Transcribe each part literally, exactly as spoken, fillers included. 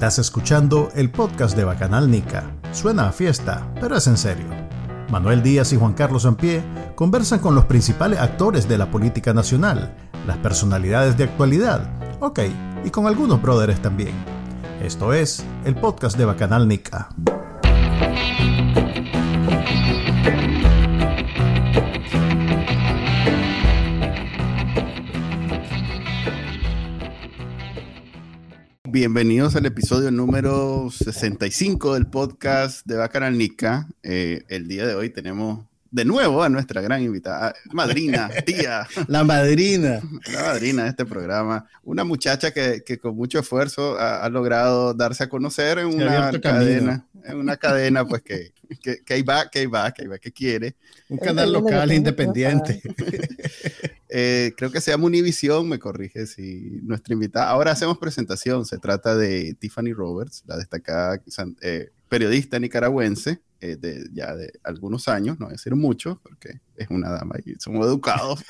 Estás escuchando el podcast de Bacanal Nica. Suena a fiesta, pero es en serio. Manuel Díaz y Juan Carlos Sampié conversan con los principales actores de la política nacional, las personalidades de actualidad, ok, y con algunos brothers también. Esto es el podcast de Bacanal Nica. Bienvenidos al episodio número sesenta y cinco del podcast de Bacanal Nica. Eh, el día de hoy tenemos de nuevo a nuestra gran invitada, madrina, tía. La madrina. La madrina de este programa. Una muchacha que, que con mucho esfuerzo ha, ha logrado darse a conocer en una cadena, en una cadena pues que, que, que ahí va, que ahí va, que ahí va, que quiere. Un canal local independiente. Eh, creo que se llama Univisión, me corrige si nuestra invitada. Ahora hacemos presentación. Se trata de Tiffany Roberts, la destacada eh, periodista nicaragüense eh, de ya de algunos años, no voy a decir mucho, porque es una dama y somos educados.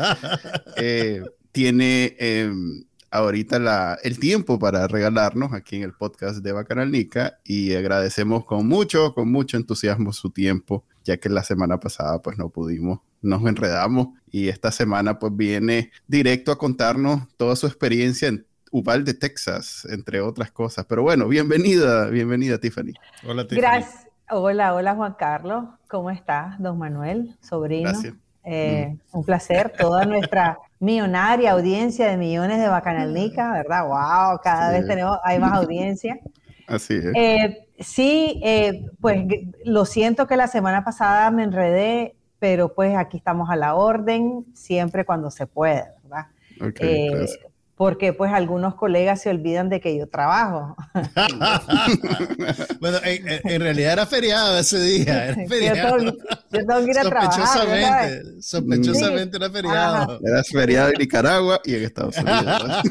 eh, tiene eh, ahorita la, el tiempo para regalarnos aquí en el podcast de Bacanal Nica y agradecemos con mucho, con mucho entusiasmo su tiempo, ya que la semana pasada pues no pudimos, nos enredamos y esta semana pues viene directo a contarnos toda su experiencia en Uvalde, Texas, entre otras cosas. Pero bueno, bienvenida, bienvenida Tiffany. Hola Tiffany. Gracias. Hola, hola Juan Carlos. ¿Cómo estás, don Manuel, sobrino? Gracias. Eh, mm. Un placer, toda nuestra millonaria audiencia de millones de Bacanal Nica, ¿verdad? Wow, cada sí. vez tenemos, hay más audiencia. Así es. Eh, sí, eh, pues lo siento que la semana pasada me enredé, pero pues aquí estamos a la orden, siempre cuando se puede, ¿verdad? Okay, eh, porque pues algunos colegas se olvidan de que yo trabajo. Bueno, en, en realidad era feriado ese día. Era feriado. Yo, tengo, yo tengo que ir a sospechosamente, trabajar. Sospechosamente sí. Era feriado. Ajá. Era feriado en Nicaragua y en Estados Unidos.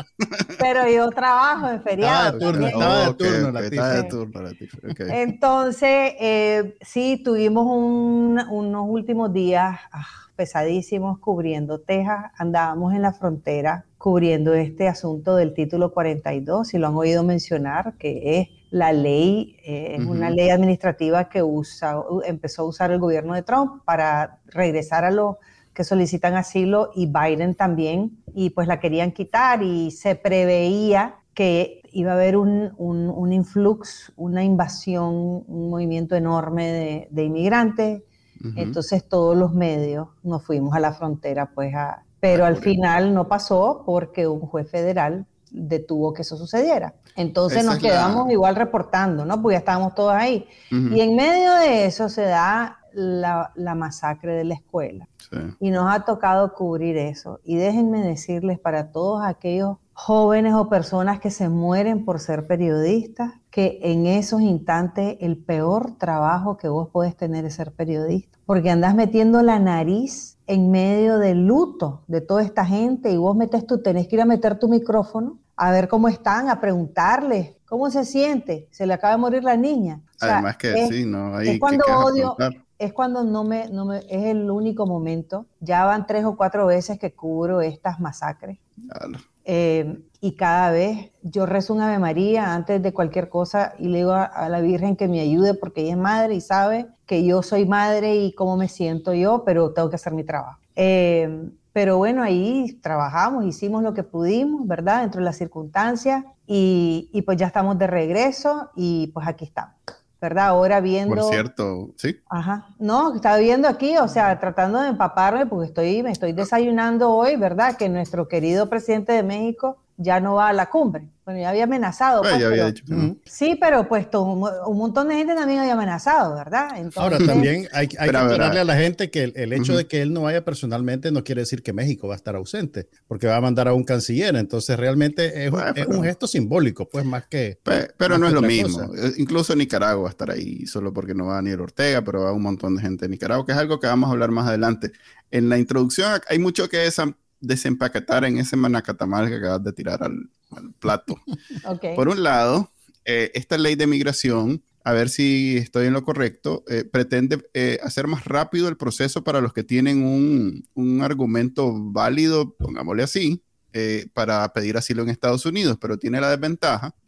Pero yo trabajo en feriado. Estaba de turno, estaba de okay, turno, okay, la estaba de turno la Tiffany. Okay. Entonces, eh, sí, tuvimos un, unos últimos días ah, pesadísimos cubriendo Texas. Andábamos en la frontera cubriendo este asunto del título cuarenta y dos, si lo han oído mencionar, que es la ley, eh, es uh-huh. una ley administrativa que usa, empezó a usar el gobierno de Trump para regresar a los que solicitan asilo y Biden también, y pues la querían quitar y se preveía que iba a haber un, un, un influx, una invasión, un movimiento enorme de, de inmigrantes, uh-huh. Entonces todos los medios nos fuimos a la frontera pues a... Pero al final no pasó porque un juez federal detuvo que eso sucediera. Entonces Esa nos quedamos la... igual reportando, ¿no? Porque ya estábamos todos ahí. Uh-huh. Y en medio de eso se da la, la masacre de la escuela. Sí. Y nos ha tocado cubrir eso. Y déjenme decirles para todos aquellos jóvenes o personas que se mueren por ser periodistas, que en esos instantes el peor trabajo que vos podés tener es ser periodista. Porque andás metiendo la nariz en medio del luto de toda esta gente y vos metes tú, tenés que ir a meter tu micrófono a ver cómo están, a preguntarles cómo se siente, se le acaba de morir la niña. O sea, además que es, sí, no hay es cuando que odio, es cuando no me, no me, es el único momento, ya van tres o cuatro veces que cubro estas masacres. Claro. Eh, y cada vez yo rezo un Ave María antes de cualquier cosa y le digo a, a la Virgen que me ayude porque ella es madre y sabe que yo soy madre y cómo me siento yo, pero tengo que hacer mi trabajo. Eh, pero bueno, ahí trabajamos, hicimos lo que pudimos, ¿verdad? Dentro de las circunstancias y, y pues ya estamos de regreso y pues aquí estamos, ¿verdad? Ahora viendo... Por cierto, ¿sí? Ajá. No, estaba viendo aquí, o sea, tratando de empaparme porque estoy, me estoy desayunando hoy, ¿verdad? Que nuestro querido presidente de México ya no va a la cumbre. Bueno, ya había amenazado. Pues, pues, ya había pero, dicho que no. Sí, pero pues todo, un montón de gente también había amenazado, ¿verdad? Entonces, ahora, también hay, hay que aclararle a la gente que el, el hecho uh-huh. de que él no vaya personalmente no quiere decir que México va a estar ausente, porque va a mandar a un canciller. Entonces, realmente es, bueno, es un gesto simbólico, pues, más que... Pero, pero más no que es lo otra mismo. cosa. Incluso Nicaragua va a estar ahí, solo porque no va Daniel Ortega, pero va un montón de gente de Nicaragua, que es algo que vamos a hablar más adelante. En la introducción hay mucho que desam- desempaquetar en ese manacatamal que acabas de tirar al, al plato. Okay. Por un lado, eh, esta ley de migración, a ver si estoy en lo correcto, eh, pretende eh, hacer más rápido el proceso para los que tienen un, un argumento válido, pongámosle así, eh, para pedir asilo en Estados Unidos, pero tiene la desventaja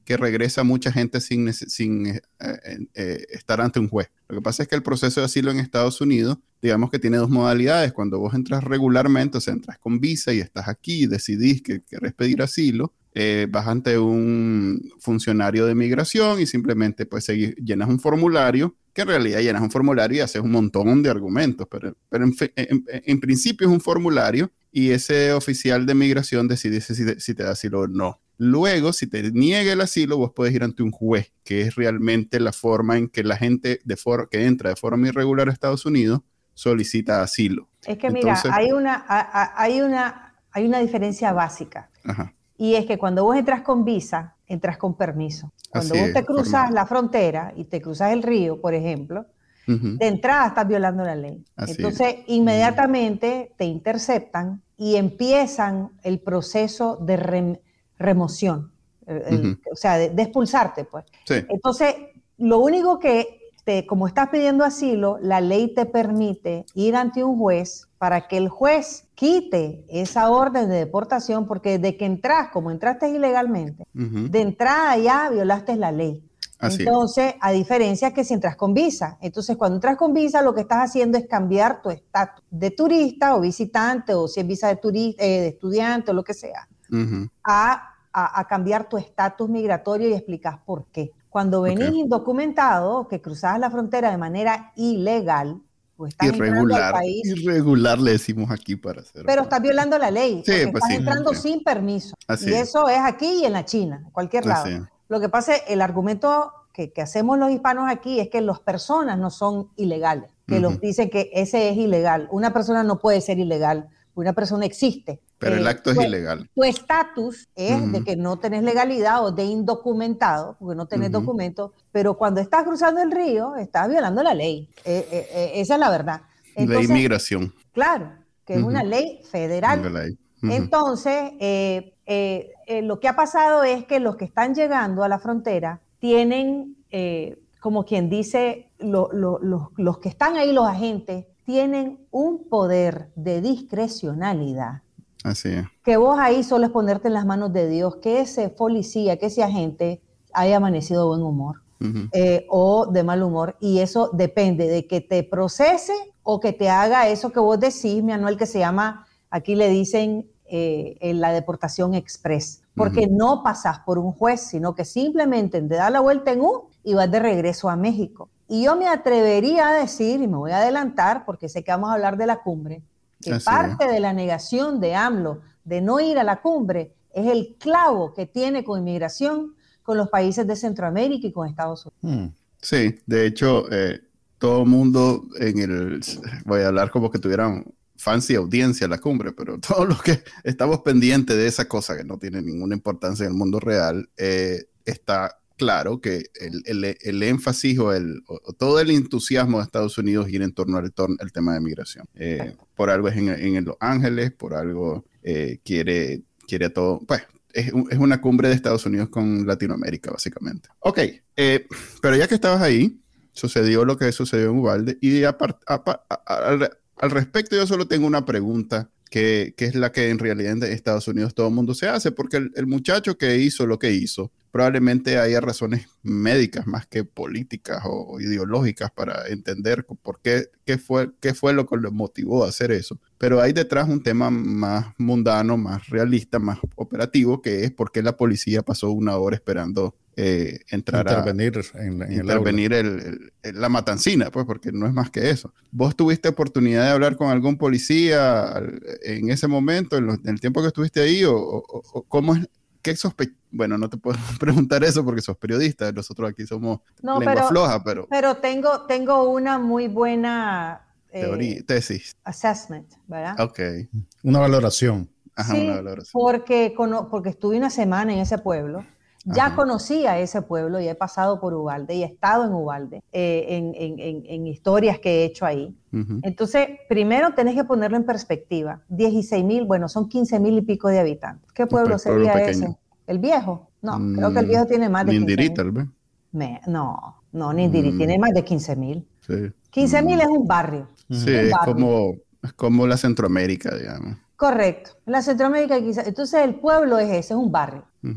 que regresa mucha gente sin, sin eh, eh, estar ante un juez. Lo que pasa es que el proceso de asilo en Estados Unidos, digamos que tiene dos modalidades. Cuando vos entras regularmente, o sea, entras con visa y estás aquí y decidís que querés pedir asilo, eh, vas ante un funcionario de migración y simplemente pues seguís, llenas un formulario, que en realidad llenas un formulario y haces un montón de argumentos, pero, pero en, en, en principio es un formulario y ese oficial de migración decide si, si te da asilo o no. Luego, si te niega el asilo, vos podés ir ante un juez, que es realmente la forma en que la gente de for- que entra de forma irregular a Estados Unidos solicita asilo. Es que Entonces, mira, hay una, hay, una, hay una diferencia básica. Ajá. Y es que cuando vos entras con visa, entras con permiso. Cuando Así vos te es, cruzas formal. la frontera y te cruzas el río, por ejemplo, uh-huh. de entrada estás violando la ley. Así Entonces, es. inmediatamente te interceptan y empiezan el proceso de rem- remoción, el, uh-huh. o sea, de, de expulsarte, pues. Sí. Entonces, lo único que, te, como estás pidiendo asilo, la ley te permite ir ante un juez para que el juez quite esa orden de deportación, porque de que entras, como entraste ilegalmente, uh-huh. de entrada ya violaste la ley. Así Entonces, es. a diferencia que si entras con visa. Entonces, cuando entras con visa, lo que estás haciendo es cambiar tu estatus de turista o visitante, o si es visa de, turista, eh, de estudiante o lo que sea, uh-huh. a, a, a cambiar tu estatus migratorio y explicas por qué. Cuando venís okay. indocumentado, que cruzás la frontera de manera ilegal, pues estás irregular, al país, irregular le decimos aquí para hacer. Pero estás violando la ley, sí, porque pues estás sí, entrando sí. sin permiso. Así y es. eso es aquí y en la China, en cualquier lado. Así es. Lo que pasa es, el argumento que, que hacemos los hispanos aquí es que las personas no son ilegales, que uh-huh. los dicen que ese es ilegal. Una persona no puede ser ilegal, una persona existe. Pero eh, el acto tu, es ilegal. Tu estatus es uh-huh. de que no tenés legalidad o de indocumentado, porque no tenés uh-huh. documento, pero cuando estás cruzando el río, estás violando la ley. Eh, eh, eh, esa es la verdad. Entonces, ley migración. Claro, que es uh-huh. una ley federal. Ley. Uh-huh. Entonces, eh, eh, eh, lo que ha pasado es que los que están llegando a la frontera tienen, eh, como quien dice, lo, lo, lo, los que están ahí, los agentes, tienen un poder de discrecionalidad. Así es. Que vos ahí solo es ponerte en las manos de Dios, que ese policía, que ese agente haya amanecido de buen humor uh-huh. eh, o de mal humor, y eso depende de que te procese o que te haga eso que vos decís, mi Anuel, que se llama, aquí le dicen eh, en la deportación express, porque uh-huh. no pasás por un juez, sino que simplemente te das la vuelta en U y vas de regreso a México. Y yo me atrevería a decir, y me voy a adelantar, porque sé que vamos a hablar de la cumbre, que Así parte es. de la negación de AMLO de no ir a la cumbre es el clavo que tiene con inmigración con los países de Centroamérica y con Estados Unidos. Sí, de hecho, eh, todo el mundo en el, voy a hablar como que tuvieran fancy audiencia a la cumbre, pero todos los que estamos pendientes de esa cosa que no tiene ninguna importancia en el mundo real, eh, está claro que el, el, el énfasis o, el, o todo el entusiasmo de Estados Unidos gira en torno al el tema de migración. Eh, por algo es en, en Los Ángeles, por algo eh, quiere, quiere a todo, pues es, es una cumbre de Estados Unidos con Latinoamérica, básicamente. Ok, eh, pero ya que estabas ahí, sucedió lo que sucedió en Uvalde, y apart, apart, al, al respecto yo solo tengo una pregunta, que, que es la que en realidad en Estados Unidos todo el mundo se hace, porque el, el muchacho que hizo lo que hizo, probablemente haya razones médicas más que políticas o, o ideológicas para entender por qué, qué, fue, qué fue lo que lo motivó a hacer eso. Pero hay detrás un tema más mundano, más realista, más operativo, que es por qué la policía pasó una hora esperando eh, entrar intervenir a en, en intervenir el, el, el, la matancina, pues, porque no es más que eso. ¿Vos tuviste oportunidad de hablar con algún policía en ese momento, en, los, en el tiempo que estuviste ahí, o, o, o cómo es? ¿Qué sospe bueno, no te puedo preguntar eso porque sos periodista, nosotros aquí somos no, lengua pero, floja, pero... Pero tengo, tengo una muy buena... Teoría, eh, tesis. Assessment, ¿verdad? Ok. Una valoración. Ajá, sí, una valoración. Porque, porque estuve una semana en ese pueblo, ya Ajá. conocía ese pueblo y he pasado por Uvalde y he estado en Uvalde, eh, en, en, en, en historias que he hecho ahí. Uh-huh. Entonces, primero tenés que ponerlo en perspectiva. dieciséis mil, bueno, son quince mil y pico de habitantes. ¿Qué pueblo okay, sería pueblo ese? ¿El viejo? No, mm, creo que el viejo tiene más de quince mil. Nindirí, tal vez. Me, no, no, Nindirí mm. tiene más de quince mil. Sí. quince mil mm. es un barrio. Sí, un es, barrio. Como, es como la Centroamérica, digamos. Correcto. La Centroamérica quizás. Entonces el pueblo es ese, es un barrio. Uh-huh.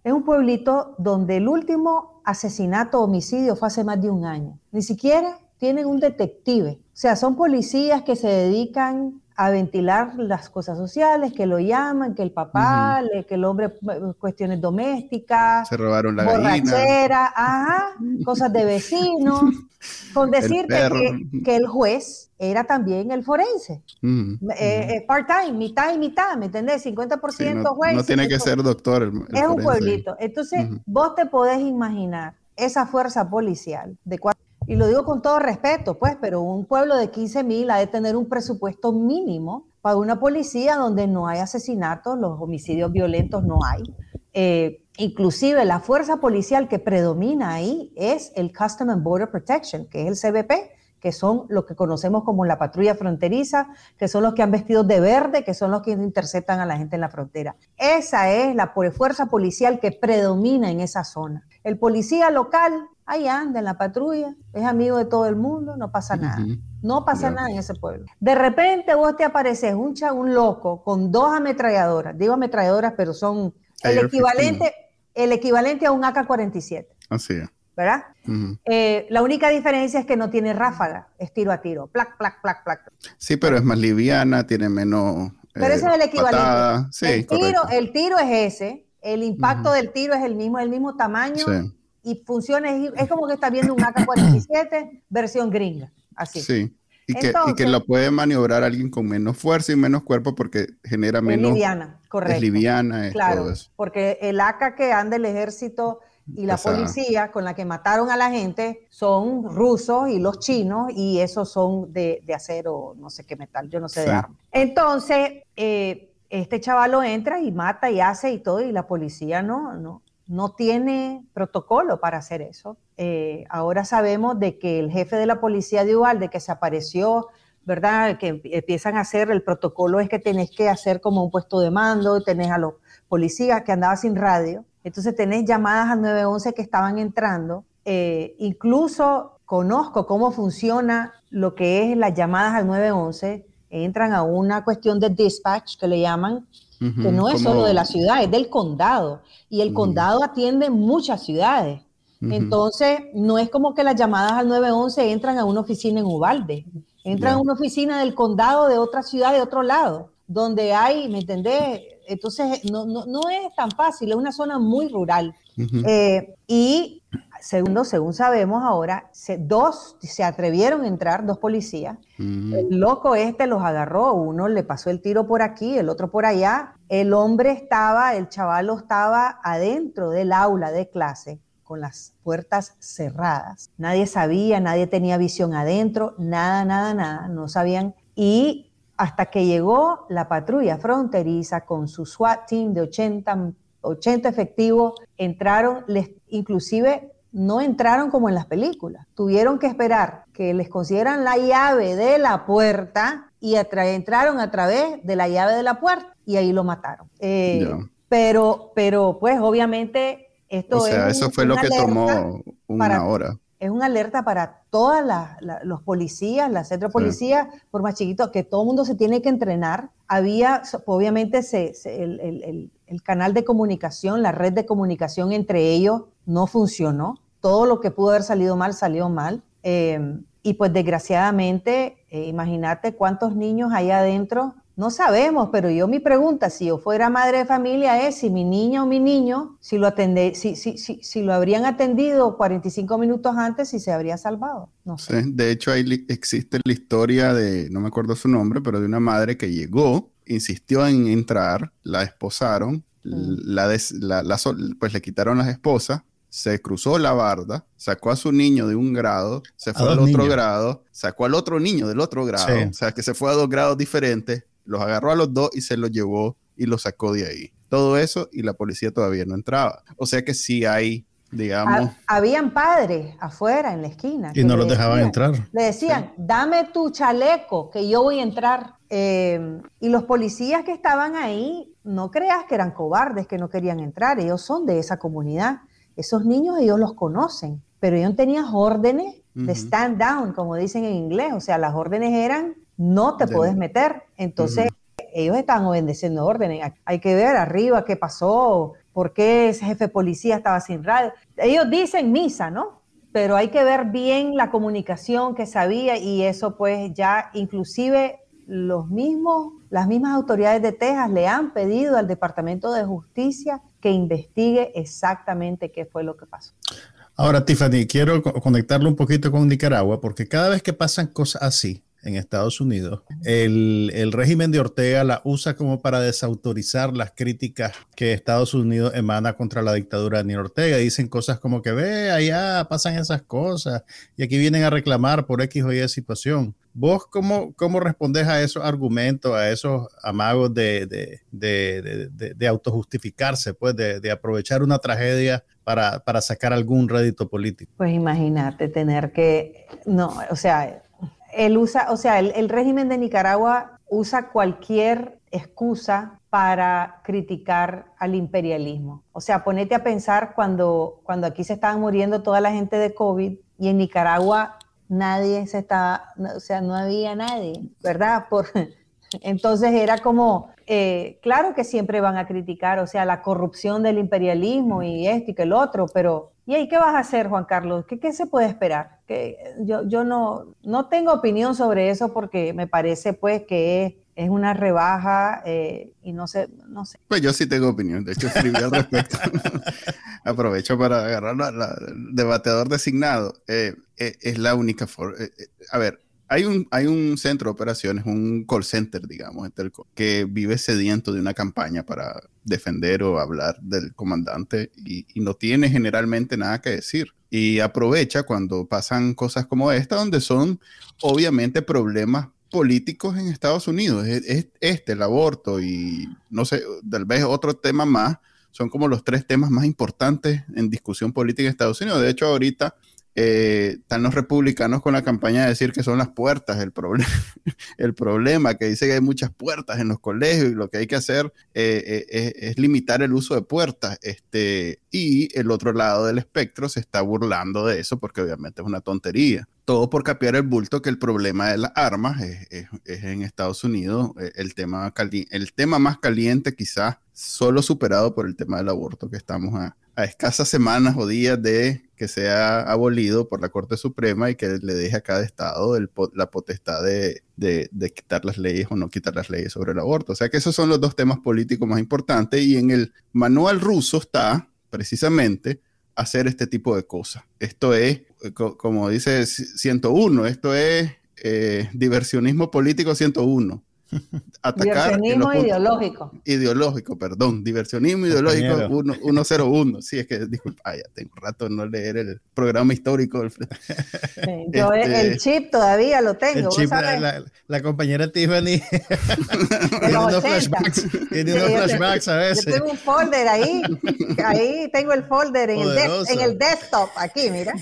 es un pueblito donde el último asesinato o homicidio fue hace más de un año. Ni siquiera tienen un detective. O sea, son policías que se dedican a ventilar las cosas sociales, que lo llaman, que el papá, uh-huh. le, que el hombre, cuestiones domésticas, se robaron la borrachera, ajá, cosas de vecinos, con decirte que, que el juez era también el forense, uh-huh. eh, eh, part-time, mitad y mitad, ¿me entendés? cincuenta por ciento sí, no, juez. No tiene que ser doctor el, el Es forense. Un pueblito. Entonces, uh-huh. vos te podés imaginar esa fuerza policial de cuatro. Y lo digo con todo respeto, pues, pero un pueblo de quince mil ha de tener un presupuesto mínimo para una policía donde no hay asesinatos, los homicidios violentos no hay. Eh, inclusive la fuerza policial que predomina ahí es el Customs and Border Protection, que es el C B P, que son lo que conocemos como la patrulla fronteriza, que son los que han vestido de verde, que son los que interceptan a la gente en la frontera. Esa es la fuerza policial que predomina en esa zona. El policía local, ahí anda en la patrulla, es amigo de todo el mundo, no pasa nada. Uh-huh. No pasa yeah. nada en ese pueblo. De repente vos te apareces un, un loco con dos ametralladoras, digo ametralladoras, pero son el equivalente, el equivalente a un A K cuarenta y siete. Así es. ¿Verdad? Uh-huh. Eh, la única diferencia es que no tiene ráfaga, es tiro a tiro, plac, plac, plac, plac. Sí, pero es más liviana, tiene menos. Pero eh, ese es el equivalente. Sí, el, tiro, el tiro es ese, el impacto uh-huh. del tiro es el mismo, el mismo tamaño sí. y funciona, es, es como que estás viendo un A K cuarenta y siete versión gringa, así. Sí, y que, Entonces, y que lo puede maniobrar alguien con menos fuerza y menos cuerpo porque genera menos. Es liviana, correcto. Es liviana, es claro, todo eso. Porque el A K que anda el ejército y la Esa. policía con la que mataron a la gente son rusos y los chinos y esos son de, de acero, no sé qué metal, yo no sé sí. de armas. Entonces, eh, este chavalo entra y mata y hace y todo y la policía no, no, no tiene protocolo para hacer eso. Eh, ahora sabemos de que el jefe de la policía de Uvalde que se apareció, ¿verdad? Que empiezan a hacer, el protocolo es que tenés que hacer como un puesto de mando, tenés a los policías que andaban sin radio. Entonces tenés llamadas al nueve once que estaban entrando. Eh, incluso conozco cómo funciona lo que es las llamadas al nueve once. Entran a una cuestión de dispatch que le llaman, uh-huh, que no es como... solo de la ciudad, es del condado. Y el uh-huh. condado atiende muchas ciudades. Uh-huh. Entonces no es como que las llamadas al nueve once entran a una oficina en Uvalde. Entran yeah. a una oficina del condado de otra ciudad de otro lado, donde hay, ¿me entendés? Entonces, no, no, no es tan fácil, es una zona muy rural. Uh-huh. Eh, y segundo, según sabemos ahora, se, dos se atrevieron a entrar, dos policías. Uh-huh. El loco este los agarró, uno le pasó el tiro por aquí, el otro por allá. El hombre estaba, el chavalo estaba adentro del aula de clase, con las puertas cerradas. Nadie sabía, nadie tenía visión adentro, nada, nada, nada, no sabían. Y hasta que llegó la patrulla fronteriza con su SWAT team de ochenta, ochenta efectivos, entraron, les, inclusive no entraron como en las películas, tuvieron que esperar que les consiguieran la llave de la puerta y atra- entraron a través de la llave de la puerta y ahí lo mataron. Eh, yeah. pero, pero pues obviamente esto o sea, es eso un, fue lo que tomó una para, hora. Es una alerta para todos los policías, la centro de policía, sí. por más chiquito, que todo el mundo se tiene que entrenar. Había, obviamente, se, se, el, el, el canal de comunicación, la red de comunicación entre ellos no funcionó. Todo lo que pudo haber salido mal, salió mal. Eh, y pues desgraciadamente, eh, imagínate cuántos niños hay adentro. No sabemos, pero yo mi pregunta, si yo fuera madre de familia, es si mi niña o mi niño, si lo, atendé, si, si, si, si lo habrían atendido cuarenta y cinco minutos antes, si se habría salvado. No sé. Sí, de hecho, ahí existe la historia de, no me acuerdo su nombre, pero de una madre que llegó, insistió en entrar, la esposaron, mm. la, des, la, la pues le quitaron las esposas, se cruzó la barda, sacó a su niño de un grado, se fue al otro niños. grado, sacó al otro niño del otro grado, sí. o sea, que se fue a dos grados diferentes, los agarró a los dos y se los llevó y los sacó de ahí. Todo eso y la policía todavía no entraba. O sea que sí hay, digamos... Ha, habían padres afuera en la esquina. Y no los dejaban entrar. Le decían, sí. dame tu chaleco que yo voy a entrar. Eh, y los policías que estaban ahí, no creas que eran cobardes, que no querían entrar. Ellos son de esa comunidad. Esos niños ellos los conocen. Pero ellos tenían órdenes uh-huh. de stand down, como dicen en inglés. O sea, las órdenes eran... no te puedes meter. Entonces, uh-huh. ellos estaban obedeciendo órdenes. Hay que ver arriba qué pasó, ¿por qué ese jefe de policía estaba sin radio? Ellos dicen misa, ¿no? Pero hay que ver bien la comunicación que sabía y eso pues ya inclusive los mismos, las mismas autoridades de Texas le han pedido al Departamento de Justicia que investigue exactamente qué fue lo que pasó. Ahora, Tiffany, quiero conectarlo un poquito con Nicaragua, porque cada vez que pasan cosas así en Estados Unidos, el, el régimen de Ortega la usa como para desautorizar las críticas que Estados Unidos emana contra la dictadura de Daniel Ortega. Dicen cosas como que, ve, allá pasan esas cosas y aquí vienen a reclamar por X o Y situación. ¿Vos cómo, cómo respondés a esos argumentos, a esos amagos de, de, de, de, de, de autojustificarse, pues, de, de aprovechar una tragedia para, para sacar algún rédito político? Pues imagínate tener que, no, o sea, él usa, o sea, el, el régimen de Nicaragua usa cualquier excusa para criticar al imperialismo. O sea, ponete a pensar cuando, cuando aquí se estaban muriendo toda la gente de COVID y en Nicaragua nadie se estaba, o sea, no había nadie, ¿verdad? Por, entonces era como, eh, claro que siempre van a criticar, o sea, la corrupción del imperialismo y esto y que el otro, pero ¿y ahí qué vas a hacer, Juan Carlos? ¿Qué, qué se puede esperar? Que yo yo no, no tengo opinión sobre eso porque me parece pues que es, es una rebaja eh, y no sé, no sé. Pues yo sí tengo opinión, de hecho escribí al respecto. Aprovecho para agarrar la, la, el debateador designado. Eh, eh, es la única forma. Eh, eh, a ver, hay un, hay un centro de operaciones, un call center, digamos, en Telco, que vive sediento de una campaña para defender o hablar del comandante y, y no tiene generalmente nada que decir. Y aprovecha cuando pasan cosas como esta, donde son obviamente problemas políticos en Estados Unidos. Es, es este, el aborto y no sé, tal vez otro tema más, son como los tres temas más importantes en discusión política en Estados Unidos. De hecho, ahorita eh, están los republicanos con la campaña de decir que son las puertas el, proble el problema, que dice que hay muchas puertas en los colegios y lo que hay que hacer eh, eh, es, es limitar el uso de puertas. Este, y el otro lado del espectro se está burlando de eso porque obviamente es una tontería. Todo por capear el bulto que el problema de las armas es, es, es en Estados Unidos el tema, el tema más caliente, quizás solo superado por el tema del aborto, que estamos a, a escasas semanas o días de que sea abolido por la Corte Suprema y que le deje a cada estado el, la potestad de, de, de quitar las leyes o no quitar las leyes sobre el aborto. O sea que esos son los dos temas políticos más importantes y en el manual ruso está precisamente hacer este tipo de cosas. Esto es, como dice ciento uno, esto es eh, diversionismo político ciento uno. Atacar diversionismo ideológico. Ideológico, perdón. Diversionismo ideológico ciento uno. Sí, es que, disculpa, ah, ya tengo un rato de no leer el programa histórico. Del... Sí, yo este... el chip todavía lo tengo. El chip, la, la, la compañera Tiffany tiene unos flashbacks, tiene unos flashbacks a veces. Yo tengo un folder ahí, ahí tengo el folder en el, en el desktop, aquí, mira.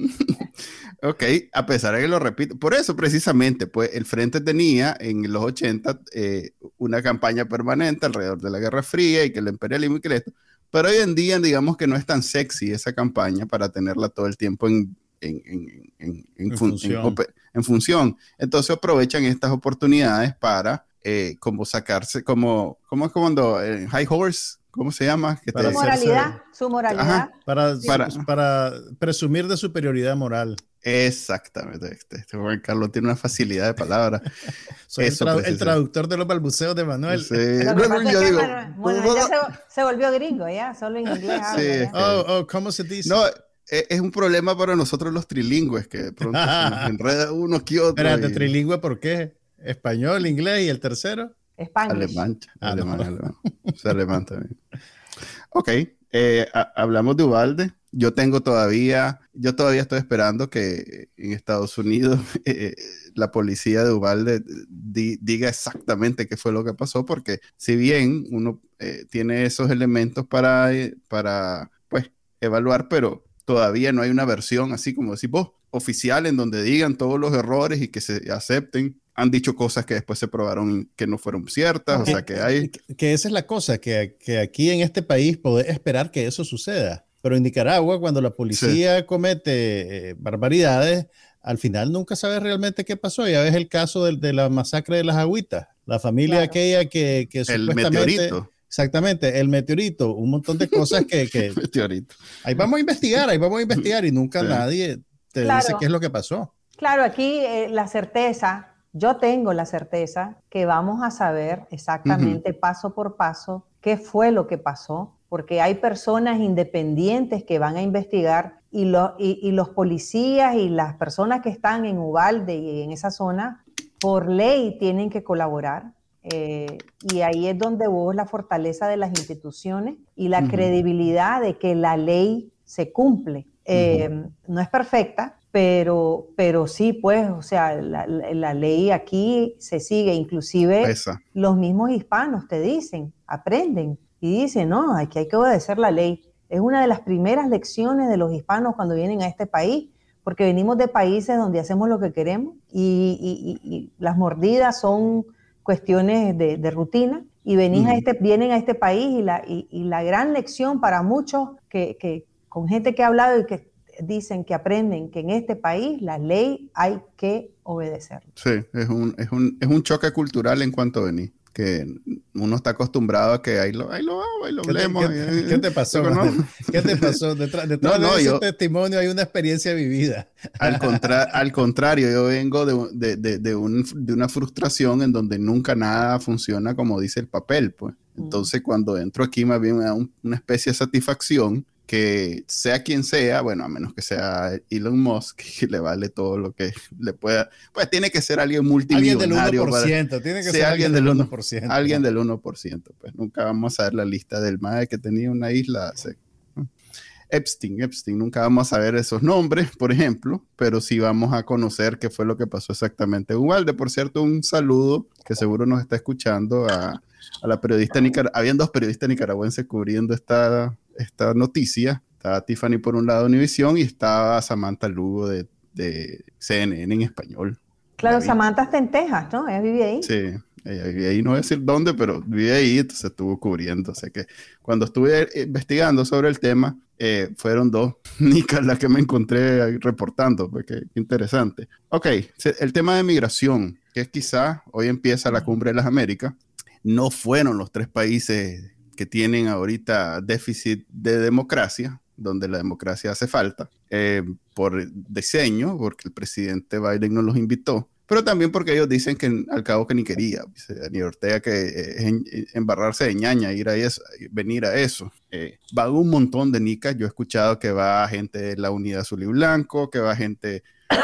Ok, a pesar de que lo repito, por eso precisamente, pues el Frente tenía en los ochenta eh, una campaña permanente alrededor de la Guerra Fría y que el imperialismo y que esto, pero hoy en día digamos que no es tan sexy esa campaña para tenerla todo el tiempo en, en, en, en, en, en, fun función. En, en función. Entonces aprovechan estas oportunidades para eh, como sacarse, como, como es cuando en High Horse, ¿cómo se llama? Que su, te moralidad, su moralidad, Ajá, para, sí. para, para presumir de superioridad moral. Exactamente. Este, este Juan Carlos tiene una facilidad de palabra. Soy Eso, el, tra pues, el traductor de los balbuceos de Manuel. Sí. No, no, yo digo, bueno, bueno, ya se, se volvió gringo, ya, solo en inglés. Sí, habla, oh, oh, ¿cómo se dice? No, es, es un problema para nosotros los trilingües, que de pronto se nos enreda uno que otro. Espérate, y... ¿trilingüe por qué? ¿Español, inglés y el tercero? Español. Alemán. Ah, alemán, no. alemán. O sea, alemán también. Ok, eh, a, hablamos de Ubalde. Yo tengo todavía, yo todavía estoy esperando que en Estados Unidos eh, la policía de Ubalde di, diga exactamente qué fue lo que pasó, porque si bien uno eh, tiene esos elementos para, eh, para pues, evaluar, pero todavía no hay una versión, así como decís vos, oficial en donde digan todos los errores y que se acepten. Han dicho cosas que después se probaron que no fueron ciertas, okay. O sea que hay... Que, que esa es la cosa, que, que aquí en este país podés esperar que eso suceda. Pero en Nicaragua, cuando la policía sí. comete eh, barbaridades, al final nunca sabes realmente qué pasó. Ya ves el caso de, de la masacre de las Agüitas. La familia claro. aquella que, que el supuestamente... meteorito. Exactamente, el meteorito, un montón de cosas que... que meteorito. Ahí vamos a investigar, ahí vamos a investigar y nunca sí. nadie te claro. dice qué es lo que pasó. Claro, aquí eh, la certeza, yo tengo la certeza que vamos a saber exactamente uh-huh. paso por paso qué fue lo que pasó, porque hay personas independientes que van a investigar y, lo, y, y los policías y las personas que están en Uvalde y en esa zona, por ley tienen que colaborar. Eh, y ahí es donde hubo la fortaleza de las instituciones y la uh-huh. credibilidad de que la ley se cumple. Eh, uh-huh. No es perfecta, pero, pero sí, pues, o sea, la, la, la ley aquí se sigue, inclusive Esa. Los mismos hispanos te dicen, aprenden y dicen, no, aquí hay que obedecer la ley. Es una de las primeras lecciones de los hispanos cuando vienen a este país, porque venimos de países donde hacemos lo que queremos y, y, y, y las mordidas son cuestiones de, de rutina y venís uh-huh. a este, vienen a este país y la, y, y la gran lección para muchos que, que con gente que ha hablado y que dicen que aprenden que en este país la ley hay que obedecer. Sí, es un, es un, es un choque cultural en cuanto a venir, que uno está acostumbrado a que ahí lo, ahí lo hago, ahí lo hablemos. ¿Qué, ¿Qué, ¿Qué te pasó? ¿No? ¿Qué te pasó? Detrás, detrás no, no, de ese yo, testimonio hay una experiencia vivida. Al, contra, al contrario, yo vengo de, de, de, de, un, de una frustración en donde nunca nada funciona como dice el papel, pues. Entonces, mm. cuando entro aquí, más bien me da un, una especie de satisfacción que sea quien sea, bueno, a menos que sea Elon Musk, que le vale todo lo que le pueda, pues tiene que ser alguien multimillonario. Alguien del uno por ciento, tiene que ser alguien del uno por ciento. Alguien del uno por ciento, pues nunca vamos a ver la lista del M A E que tenía una isla. Se, Epstein, Epstein, nunca vamos a ver esos nombres, por ejemplo, pero sí vamos a conocer qué fue lo que pasó exactamente en Uvalde. Por cierto, un saludo que seguro nos está escuchando a, a la periodista nicaragüense. Habían dos periodistas nicaragüenses cubriendo esta... esta noticia. Estaba Tiffany por un lado de Univisión y estaba Samantha Lugo de, de C N N en español. Claro, Samantha está en Texas, ¿no? Ella vive ahí. Sí, ella vive ahí, no voy a decir dónde, pero vive ahí, entonces estuvo cubriendo. O sea que cuando estuve investigando sobre el tema, eh, fueron dos nicas las que me encontré reportando, pues qué interesante. Ok, el tema de migración, que es quizá, hoy empieza la Cumbre de las Américas, no fueron los tres países que tienen ahorita déficit de democracia, donde la democracia hace falta, eh, por diseño, porque el presidente Biden no los invitó, pero también porque ellos dicen que al cabo que ni quería, dice Daniel Ortega, que es en, embarrarse de ñaña, ir a eso, venir a eso. Eh, va un montón de nicas, yo he escuchado que va gente de la Unidad Azul y Blanco, que va gente...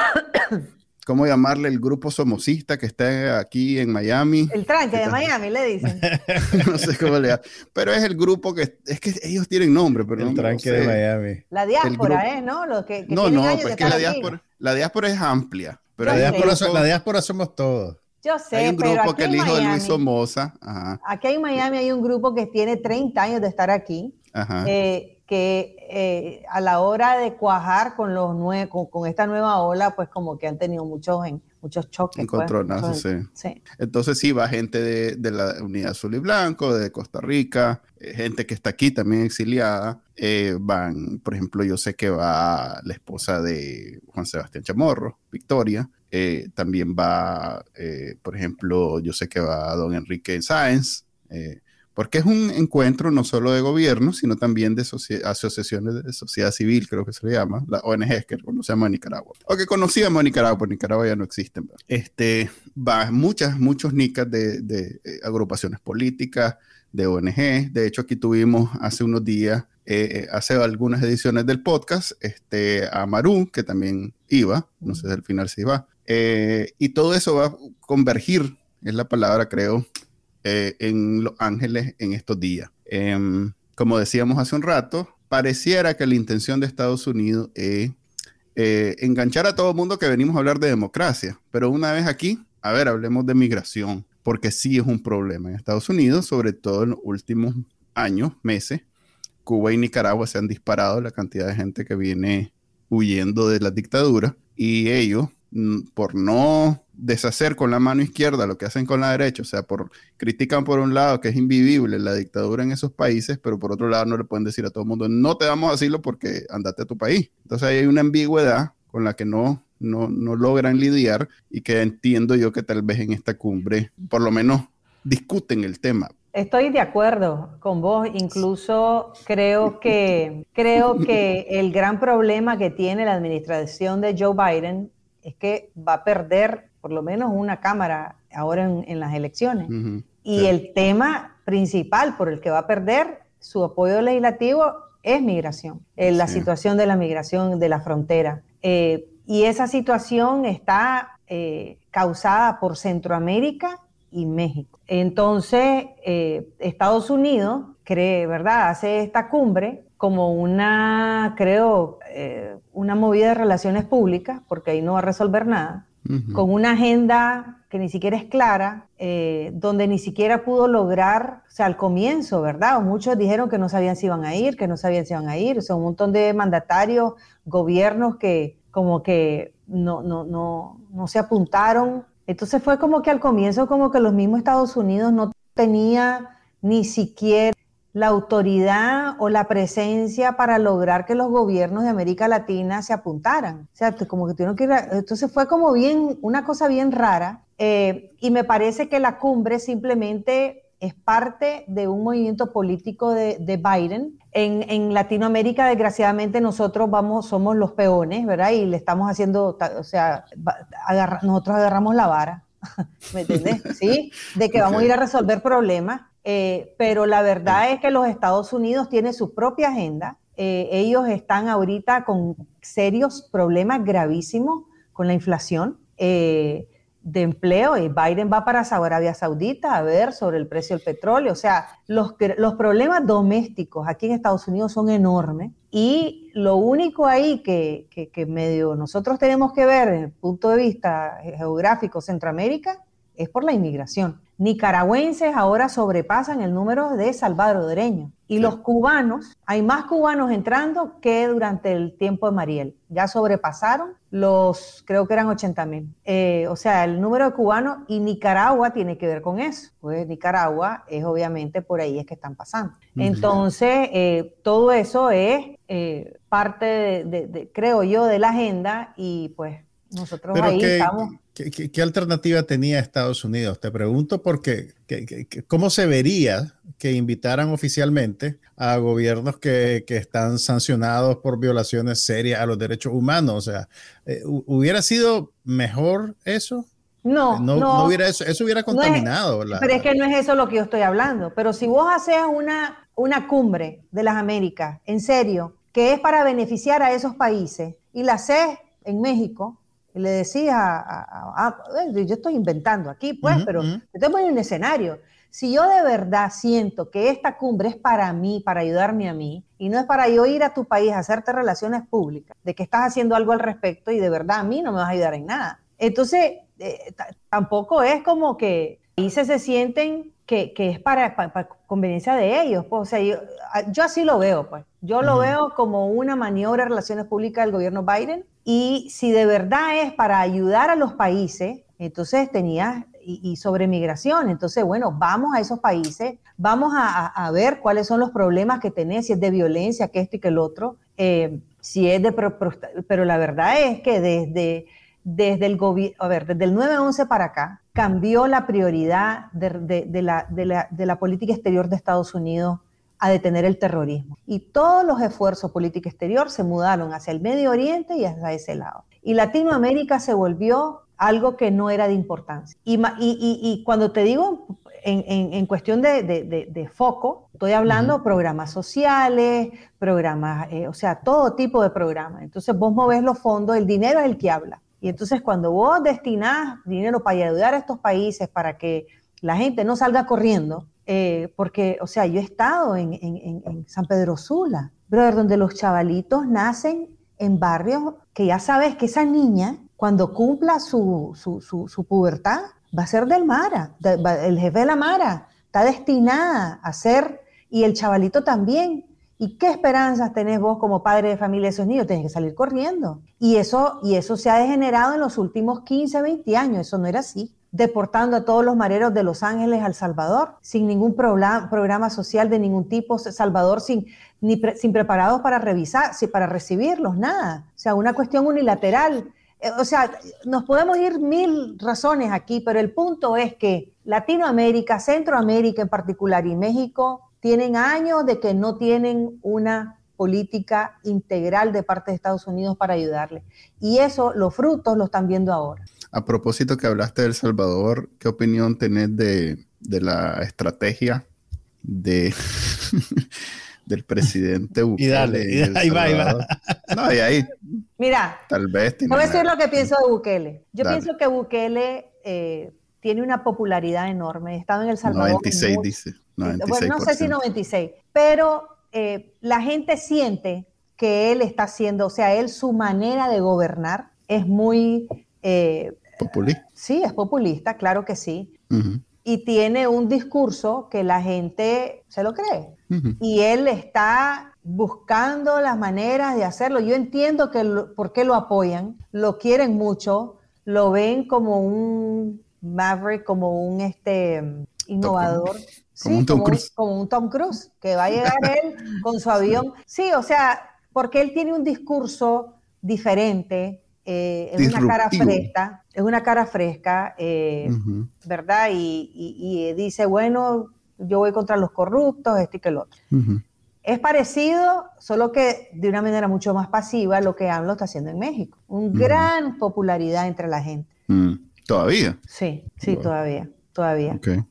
¿Cómo llamarle? El grupo somocista que está aquí en Miami. El tranque de Miami, le dicen. No sé cómo le llaman. Pero es el grupo que... Es que ellos tienen nombre, pero el no tranque de Miami. La diáspora, ¿eh? ¿No? Los que, que no, no, pues que la diáspora, la diáspora es amplia. Pero la, diáspora so, la diáspora somos todos. Yo sé, hay un grupo pero aquí que el hijo Miami, de Luis Somoza. Ajá. Aquí en Miami hay un grupo que tiene treinta años de estar aquí. Ajá. Eh, que eh, a la hora de cuajar con, los nue con, con esta nueva ola, pues como que han tenido muchos, en, muchos choques. Encontronazos, pues, sí. sí. Entonces sí, va gente de, de la Unidad Azul y Blanco, de Costa Rica, eh, gente que está aquí también exiliada. Eh, van, por ejemplo, yo sé que va la esposa de Juan Sebastián Chamorro, Victoria. Eh, también va, eh, por ejemplo, yo sé que va don Enrique Sáenz, eh, porque es un encuentro no solo de gobierno, sino también de asociaciones de sociedad civil, creo que se le llama, las O N Ges que conocemos en Nicaragua. O que conocíamos en Nicaragua, porque en Nicaragua ya no existen. Este, va muchas, muchos nicas de, de eh, agrupaciones políticas, de O N Ges. De hecho, aquí tuvimos hace unos días, eh, hace algunas ediciones del podcast, este, a Maru, que también iba, no sé si al final se iba. Eh, y todo eso va a convergir, es la palabra, creo, Eh, en Los Ángeles en estos días. Eh, como decíamos hace un rato, pareciera que la intención de Estados Unidos es eh, enganchar a todo el mundo que venimos a hablar de democracia, pero una vez aquí, a ver, hablemos de migración, porque sí es un problema en Estados Unidos, sobre todo en los últimos años, meses. Cuba y Nicaragua se han disparado la cantidad de gente que viene huyendo de la dictadura y ellos, por no deshacer con la mano izquierda lo que hacen con la derecha, o sea, por critican por un lado que es invivible la dictadura en esos países, pero por otro lado no le pueden decir a todo el mundo, no te damos asilo porque andate a tu país. Entonces ahí hay una ambigüedad con la que no, no, no logran lidiar y que entiendo yo que tal vez en esta cumbre por lo menos discuten el tema. Estoy de acuerdo con vos, incluso creo que, creo que el gran problema que tiene la administración de Joe Biden es que va a perder por lo menos una cámara ahora en, en las elecciones. Uh-huh. Y sí. El tema principal por el que va a perder su apoyo legislativo es migración, eh, la sí. situación de la migración de la frontera. Eh, y esa situación está eh, causada por Centroamérica y México. Entonces, eh, Estados Unidos cree, ¿verdad?, hace esta cumbre como una, creo, eh, una movida de relaciones públicas, porque ahí no va a resolver nada, uh-huh. con una agenda que ni siquiera es clara, eh, donde ni siquiera pudo lograr, o sea, al comienzo, ¿verdad? O muchos dijeron que no sabían si iban a ir, que no sabían si iban a ir, o sea, un montón de mandatarios, gobiernos que como que no, no, no, no se apuntaron. Entonces fue como que al comienzo como que los mismos Estados Unidos no tenía ni siquiera la autoridad o la presencia para lograr que los gobiernos de América Latina se apuntaran. O sea, como que tuvieron que ir a, entonces fue como bien, una cosa bien rara, eh, y me parece que la cumbre simplemente es parte de un movimiento político de, de Biden. En, en Latinoamérica, desgraciadamente, nosotros vamos, somos los peones, ¿verdad? Y le estamos haciendo, o sea, agarra, nosotros agarramos la vara, ¿me entiendes? ¿Sí? De que vamos okay. a ir a resolver problemas. Eh, pero la verdad es que los Estados Unidos tienen su propia agenda. Eh, ellos están ahorita con serios problemas gravísimos con la inflación eh, de empleo, y Biden va para Arabia Saudita a ver sobre el precio del petróleo. O sea, los, los problemas domésticos aquí en Estados Unidos son enormes, y lo único ahí que, que, que medio nosotros tenemos que ver desde el punto de vista geográfico, Centroamérica, es por la inmigración. Nicaragüenses ahora sobrepasan el número de salvadoreños. Y sí. los cubanos, hay más cubanos entrando que durante el tiempo de Mariel. Ya sobrepasaron los, creo que eran ochenta mil. Eh, o sea, el número de cubanos, y Nicaragua tiene que ver con eso. Pues Nicaragua es obviamente por ahí es que están pasando. Uh-huh. Entonces, eh, todo eso es eh, parte, de, de, de, creo yo, de la agenda, y pues nosotros Pero ahí que, estamos... ¿qué, qué, ¿Qué alternativa tenía Estados Unidos? Te pregunto porque que, que, que, ¿cómo se vería que invitaran oficialmente a gobiernos que, que están sancionados por violaciones serias a los derechos humanos? O sea, eh, ¿hubiera sido mejor eso? No, no, no, no hubiera eso, eso hubiera contaminado. No es, la, pero es que no es eso lo que yo estoy hablando. Pero si vos haces una, una cumbre de las Américas, en serio, que es para beneficiar a esos países, y la haces en México, y le decías a, a, a, a, yo estoy inventando aquí, pues, uh-huh, pero uh-huh. te estoy poniendo un escenario. Si yo de verdad siento que esta cumbre es para mí, para ayudarme a mí, y no es para yo ir a tu país a hacerte relaciones públicas, de que estás haciendo algo al respecto y de verdad a mí no me vas a ayudar en nada. Entonces, eh, t- tampoco es como que países se sienten que, que es para, para, para conveniencia de ellos. Pues, o sea, yo, yo así lo veo, pues. Yo uh-huh. lo veo como una maniobra de relaciones públicas del gobierno Biden. Y si de verdad es para ayudar a los países, entonces tenías, y, y sobre migración, entonces bueno, vamos a esos países, vamos a, a, a ver cuáles son los problemas que tenés, si es de violencia, que esto y que el otro, eh, si es de, pro, pro, pero la verdad es que desde, desde el gobierno, a ver, desde el nueve once para acá, cambió la prioridad de, de, de, la, de, la, de la política exterior de Estados Unidos a detener el terrorismo. Y todos los esfuerzos política exterior se mudaron hacia el Medio Oriente y hacia ese lado. Y Latinoamérica se volvió algo que no era de importancia. Y, y, y, y cuando te digo en, en, en cuestión de, de, de, de foco, estoy hablando uh-huh. programas sociales, programas, eh, o sea, todo tipo de programas. Entonces vos movés los fondos, el dinero es el que habla. Y entonces cuando vos destinás dinero para ayudar a estos países para que la gente no salga corriendo, Eh, porque, o sea, yo he estado en, en, en San Pedro Sula, brother, donde los chavalitos nacen en barrios que ya sabes que esa niña, cuando cumpla su, su, su, su pubertad, va a ser del Mara, de, va, el jefe de la Mara, está destinada a ser, y el chavalito también. ¿Y qué esperanzas tenés vos como padre de familia de esos niños? Tenés que salir corriendo. Y eso, y eso se ha degenerado en los últimos quince, veinte años, eso no era así. Deportando a todos los mareros de Los Ángeles al Salvador, sin ningún programa, programa social de ningún tipo, Salvador sin, ni pre, sin preparados para revisar, sin, para recibirlos, nada. O sea, una cuestión unilateral. o sea, nos podemos ir mil razones aquí, pero el punto es que Latinoamérica, Centroamérica en particular y México tienen años de que no tienen una política integral de parte de Estados Unidos para ayudarle. Y eso, los frutos los están viendo ahora. A propósito que hablaste de El Salvador, ¿qué opinión tenés de, de la estrategia de, del presidente Bukele? Y dale, y ahí va, ahí va. No, y ahí. Mira, tal vez te voy a decir lo que pienso de Bukele. Yo Dale. pienso que Bukele eh, tiene una popularidad enorme. He estado en El Salvador. noventa y seis mucho, dice. noventa y seis por ciento. Bueno, no sé si noventa y seis, pero eh, la gente siente que él está haciendo, o sea, él, su manera de gobernar es muy... Eh, ¿Populista? Sí, es populista, claro que sí. Uh-huh. Y tiene un discurso que la gente se lo cree. Uh-huh. Y él está buscando las maneras de hacerlo. Yo entiendo que lo, por qué lo apoyan, lo quieren mucho, lo ven como un maverick, como un este, innovador. Sí, como un Tom como, Cruise. Un, como un Tom Cruise, que va a llegar él con su avión. Sí, o sea, porque él tiene un discurso diferente. Eh, es Disruptivo. una cara fresca, es una cara fresca, eh, uh-huh. ¿verdad? Y, y, y dice, bueno, yo voy contra los corruptos, este y que el otro. Uh-huh. Es parecido, solo que de una manera mucho más pasiva, lo que AMLO está haciendo en México. Una uh-huh. gran popularidad entre la gente. Uh-huh. ¿Todavía? Sí, sí, wow. todavía, todavía. Okay.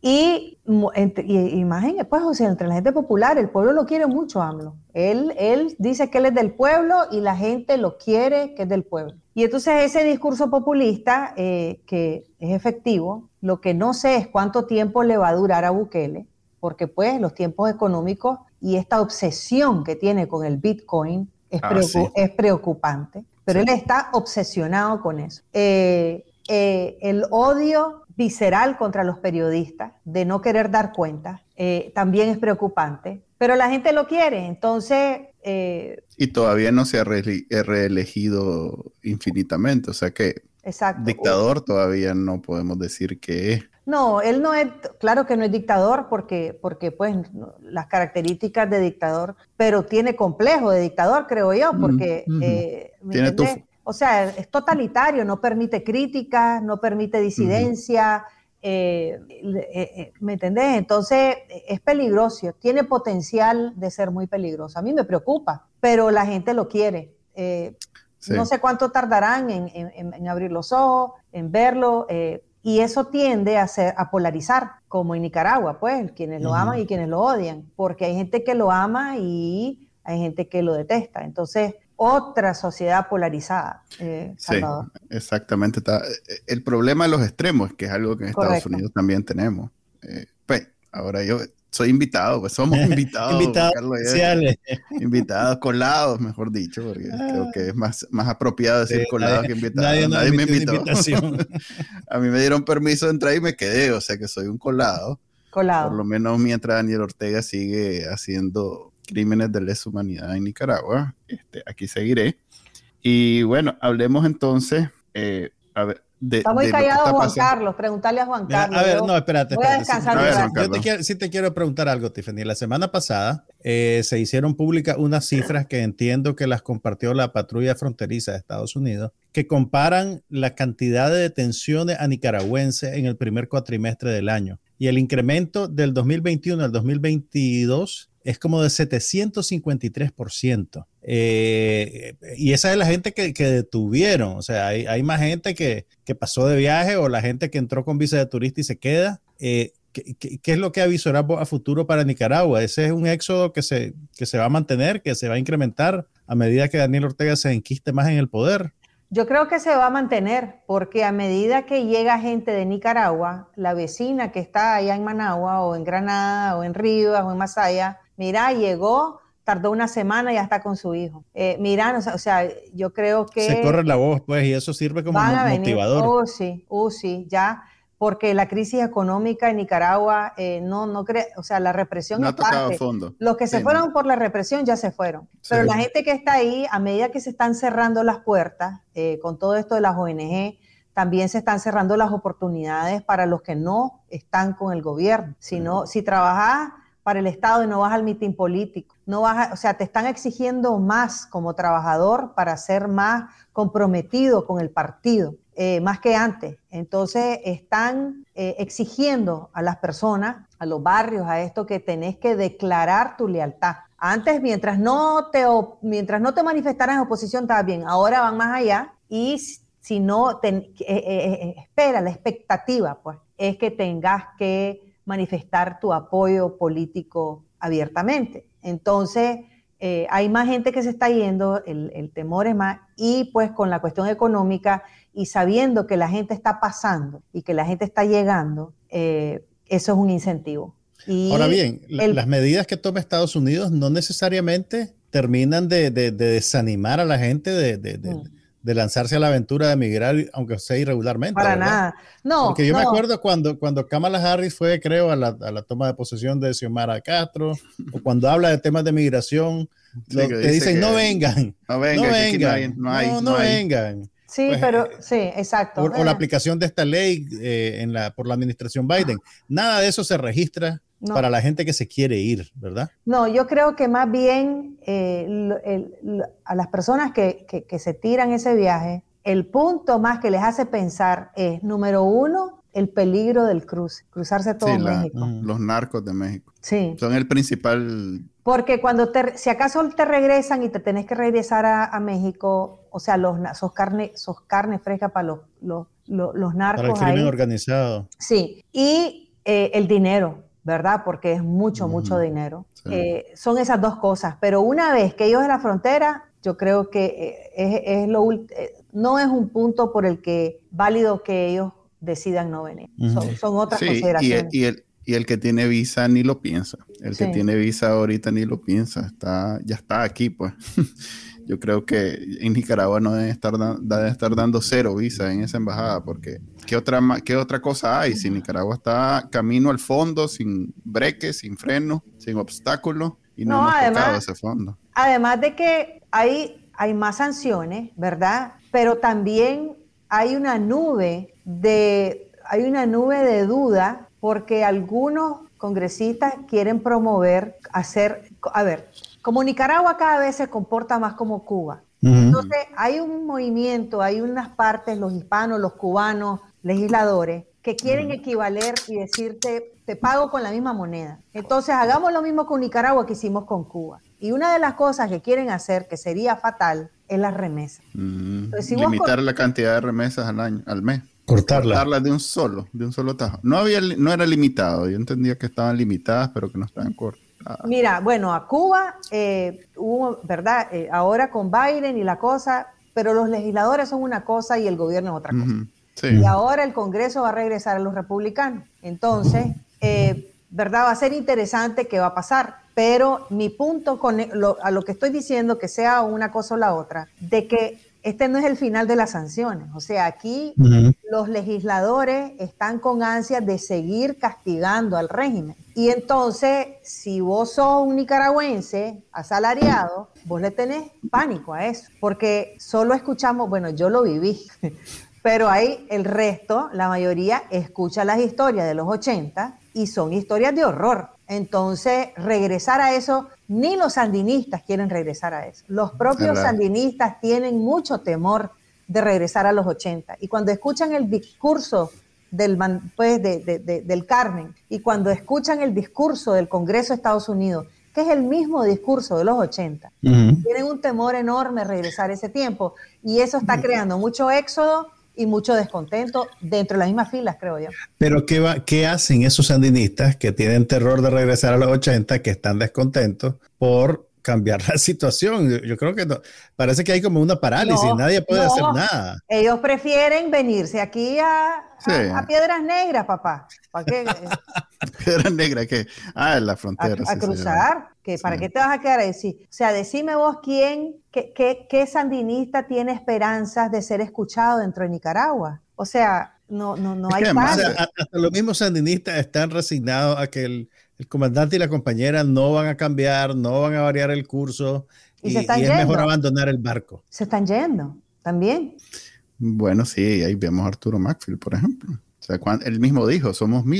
Y, y, y imagínense, pues, o sea, entre la gente popular, el pueblo lo quiere mucho a AMLO. Él, él dice que él es del pueblo y la gente lo quiere que es del pueblo. Y entonces ese discurso populista, eh, que es efectivo, lo que no sé es cuánto tiempo le va a durar a Bukele, porque pues los tiempos económicos y esta obsesión que tiene con el Bitcoin es, ah, preocup sí. es preocupante, pero sí. Él está obsesionado con eso. Eh, eh, el odio visceral contra los periodistas, de no querer dar cuenta, eh, también es preocupante, pero la gente lo quiere, entonces... Eh, y todavía no se ha re reelegido infinitamente, o sea que exacto. dictador todavía no podemos decir que es. No, él no es, claro que no es dictador porque, porque pues las características de dictador, pero tiene complejo de dictador, creo yo, porque... Mm, mm-hmm. eh, tiene tufo. O sea, es totalitario, no permite críticas, no permite disidencia, uh-huh. eh, eh, eh, ¿me entendés? Entonces es peligroso, tiene potencial de ser muy peligroso. A mí me preocupa, pero la gente lo quiere. Eh, sí. No sé cuánto tardarán en, en, en abrir los ojos, en verlo, eh, y eso tiende a, ser, a polarizar, como en Nicaragua, pues, quienes uh-huh. lo aman y quienes lo odian, porque hay gente que lo ama y hay gente que lo detesta. Entonces, otra sociedad polarizada. Eh, sí, exactamente. Está, el problema de los extremos, que es algo que en Correcto. Estados Unidos también tenemos. Eh, pues, ahora yo soy invitado, pues somos invitados. invitados especiales. Invitados colados, mejor dicho, porque ah. creo que es más, más apropiado decir sí, colados nadie, que invitados. Nadie, nadie me invitó. Invitación. A mí me dieron permiso de entrar y me quedé, o sea que soy un colado. Colado. Por lo menos mientras Daniel Ortega sigue haciendo crímenes de lesa humanidad en Nicaragua, este, aquí seguiré. Y bueno, hablemos entonces, eh, a ver, de, está muy de callado lo que está Juan pasando. Carlos, preguntarle a Juan Mira, Carlos. a ver, no, espérate, voy a espérate. descansar Sí, un ver, rato. yo te quiero, sí te quiero preguntar algo, Tiffany. La semana pasada eh, se hicieron públicas unas cifras que entiendo que las compartió la patrulla fronteriza de Estados Unidos, que comparan la cantidad de detenciones a nicaragüenses en el primer cuatrimestre del año. Y el incremento del dos mil veintiuno al dos mil veintidós es como de setecientos cincuenta y tres por ciento. Eh, y esa es la gente que, que detuvieron. O sea, hay, hay más gente que, que pasó de viaje o la gente que entró con visa de turista y se queda. Eh, ¿qué, qué, ¿Qué es lo que avisorás a futuro para Nicaragua? Ese es un éxodo que se, que se va a mantener, que se va a incrementar a medida que Daniel Ortega se enquiste más en el poder. Yo creo que se va a mantener, porque a medida que llega gente de Nicaragua, la vecina que está allá en Managua o en Granada o en Rivas o en Masaya, mira, llegó, tardó una semana y ya está con su hijo. Eh, mira, o sea, o sea, yo creo que... Se corre la voz, pues, y eso sirve como motivador. Oh, sí, oh, sí, ya, porque la crisis económica en Nicaragua, eh, no, no cree, o sea, la represión no es ha tocado parte. fondo. Los que se sí, fueron no. por la represión ya se fueron. Sí. Pero la gente que está ahí, a medida que se están cerrando las puertas, eh, con todo esto de las O N G, también se están cerrando las oportunidades para los que no están con el gobierno. Si, no, si trabajas para el Estado y no vas al mitin político. No vas a, o sea, te están exigiendo más como trabajador para ser más comprometido con el partido, eh, más que antes. Entonces están eh, exigiendo a las personas, a los barrios, a esto que tenés que declarar tu lealtad. Antes, mientras no te, mientras no te manifestaras en oposición, estaba bien. Ahora van más allá y si no, te, eh, eh, espera, la expectativa, pues, es que tengas que manifestar tu apoyo político abiertamente. Entonces, eh, hay más gente que se está yendo, el, el temor es más, y pues con la cuestión económica y sabiendo que la gente está pasando y que la gente está llegando, eh, eso es un incentivo. Y ahora bien, el, las medidas que toma Estados Unidos no necesariamente terminan de, de, de desanimar a la gente de, de, de, mm. de lanzarse a la aventura de emigrar, aunque sea irregularmente. Para ¿verdad? nada. No, porque yo no. me acuerdo cuando, cuando Kamala Harris fue, creo, a la, a la toma de posesión de Xiomara Castro, o cuando habla de temas de migración, sí, lo, que te dicen, que no vengan, no vengan, no vengan, no, hay, no, hay, no, no hay. vengan. Sí, pues, pero sí, exacto. O, o la aplicación de esta ley eh, en la, por la administración Biden. Nada de eso se registra no. para la gente que se quiere ir, ¿verdad? No, yo creo que más bien eh, el, el, a las personas que, que, que se tiran ese viaje, el punto más que les hace pensar es, número uno, el peligro del cruce, cruzarse todo sí, la, México. Los narcos de México. Sí. Son el principal... Porque cuando te, si acaso te regresan y te tenés que regresar a, a México, o sea, los, sos, carne, sos carne fresca para los, los, los, los narcos. Para el crimen ahí. organizado. Sí, y eh, el dinero, ¿verdad? Porque es mucho, uh-huh. mucho dinero. Sí. Eh, son esas dos cosas, pero una vez que ellos en la frontera, yo creo que es, es lo, no es un punto por el que válido que ellos decidan no venir. Uh-huh. Son, son otras sí, consideraciones. Y, y el, Y el que tiene visa ni lo piensa. El sí. que tiene visa ahorita ni lo piensa. Está, ya está aquí, pues. Yo creo que en Nicaragua no deben estar, da, deben estar dando cero visa en esa embajada, porque ¿qué otra, ¿qué otra cosa hay? Si Nicaragua está camino al fondo, sin breques, sin freno, sin obstáculos, y no, no hemos además, tocado ese fondo. Además de que hay, hay más sanciones, ¿verdad? Pero también hay una nube de, hay una nube de duda porque algunos congresistas quieren promover, hacer, a ver, como Nicaragua cada vez se comporta más como Cuba. Uh-huh. Entonces hay un movimiento, hay unas partes, los hispanos, los cubanos, legisladores, que quieren uh-huh. equivaler y decirte, te pago con la misma moneda. Entonces hagamos lo mismo con Nicaragua que hicimos con Cuba. Y una de las cosas que quieren hacer, que sería fatal, es las remesas. Uh-huh. Entonces, si limitar vos... la cantidad de remesas al año, al mes. Cortarla. Cortarla de un solo, de un solo tajo. No había, no era limitado. Yo entendía que estaban limitadas, pero que no estaban cortadas. Mira, bueno, a Cuba eh, hubo, ¿verdad? Eh, ahora con Biden y la cosa, pero los legisladores son una cosa y el gobierno es otra cosa. Uh-huh. Sí. Y ahora el Congreso va a regresar a los republicanos. Entonces, eh, ¿verdad? Va a ser interesante qué va a pasar. Pero mi punto con lo, a lo que estoy diciendo, que sea una cosa o la otra, de que este no es el final de las sanciones. O sea, aquí uh-huh. los legisladores están con ansias de seguir castigando al régimen. Y entonces, si vos sos un nicaragüense asalariado, vos le tenés pánico a eso. Porque solo escuchamos, bueno, yo lo viví, pero ahí el resto, la mayoría, escucha las historias de los ochenta y son historias de horror. Entonces, regresar a eso, ni los sandinistas quieren regresar a eso. Los propios sandinistas tienen mucho temor de regresar a los ochenta. Y cuando escuchan el discurso del, pues, de, de, de, del Carmen y cuando escuchan el discurso del Congreso de Estados Unidos, que es el mismo discurso de los ochenta, uh-huh. tienen un temor enorme de regresar a ese tiempo. Y eso está creando mucho éxodo y mucho descontento dentro de las mismas filas, creo yo. Pero ¿qué, va, qué hacen esos sandinistas que tienen terror de regresar a los ochenta, que están descontentos por cambiar la situación? Yo, yo creo que no, parece que hay como una parálisis, no, nadie puede no, hacer nada. Ellos prefieren venirse aquí a, sí. a, a Piedras Negras, papá. ¿Para qué? Piedras Negras, ¿qué? Ah, en la frontera. A, a sí, cruzar. Sí. Que, ¿Para sí. qué te vas a quedar ahí? Sí. O sea, decime vos quién, qué, qué, qué sandinista tiene esperanzas de ser escuchado dentro de Nicaragua. O sea, no, no, no hay además, o sea, hasta los mismos sandinistas están resignados a que el, el comandante y la compañera no van a cambiar, no van a variar el curso y, y, se están y es yendo. Mejor abandonar el barco. Se están yendo también. Bueno, sí, ahí vemos a Arturo Macfield, por ejemplo. O sea, cuando, él mismo dijo, somos miles.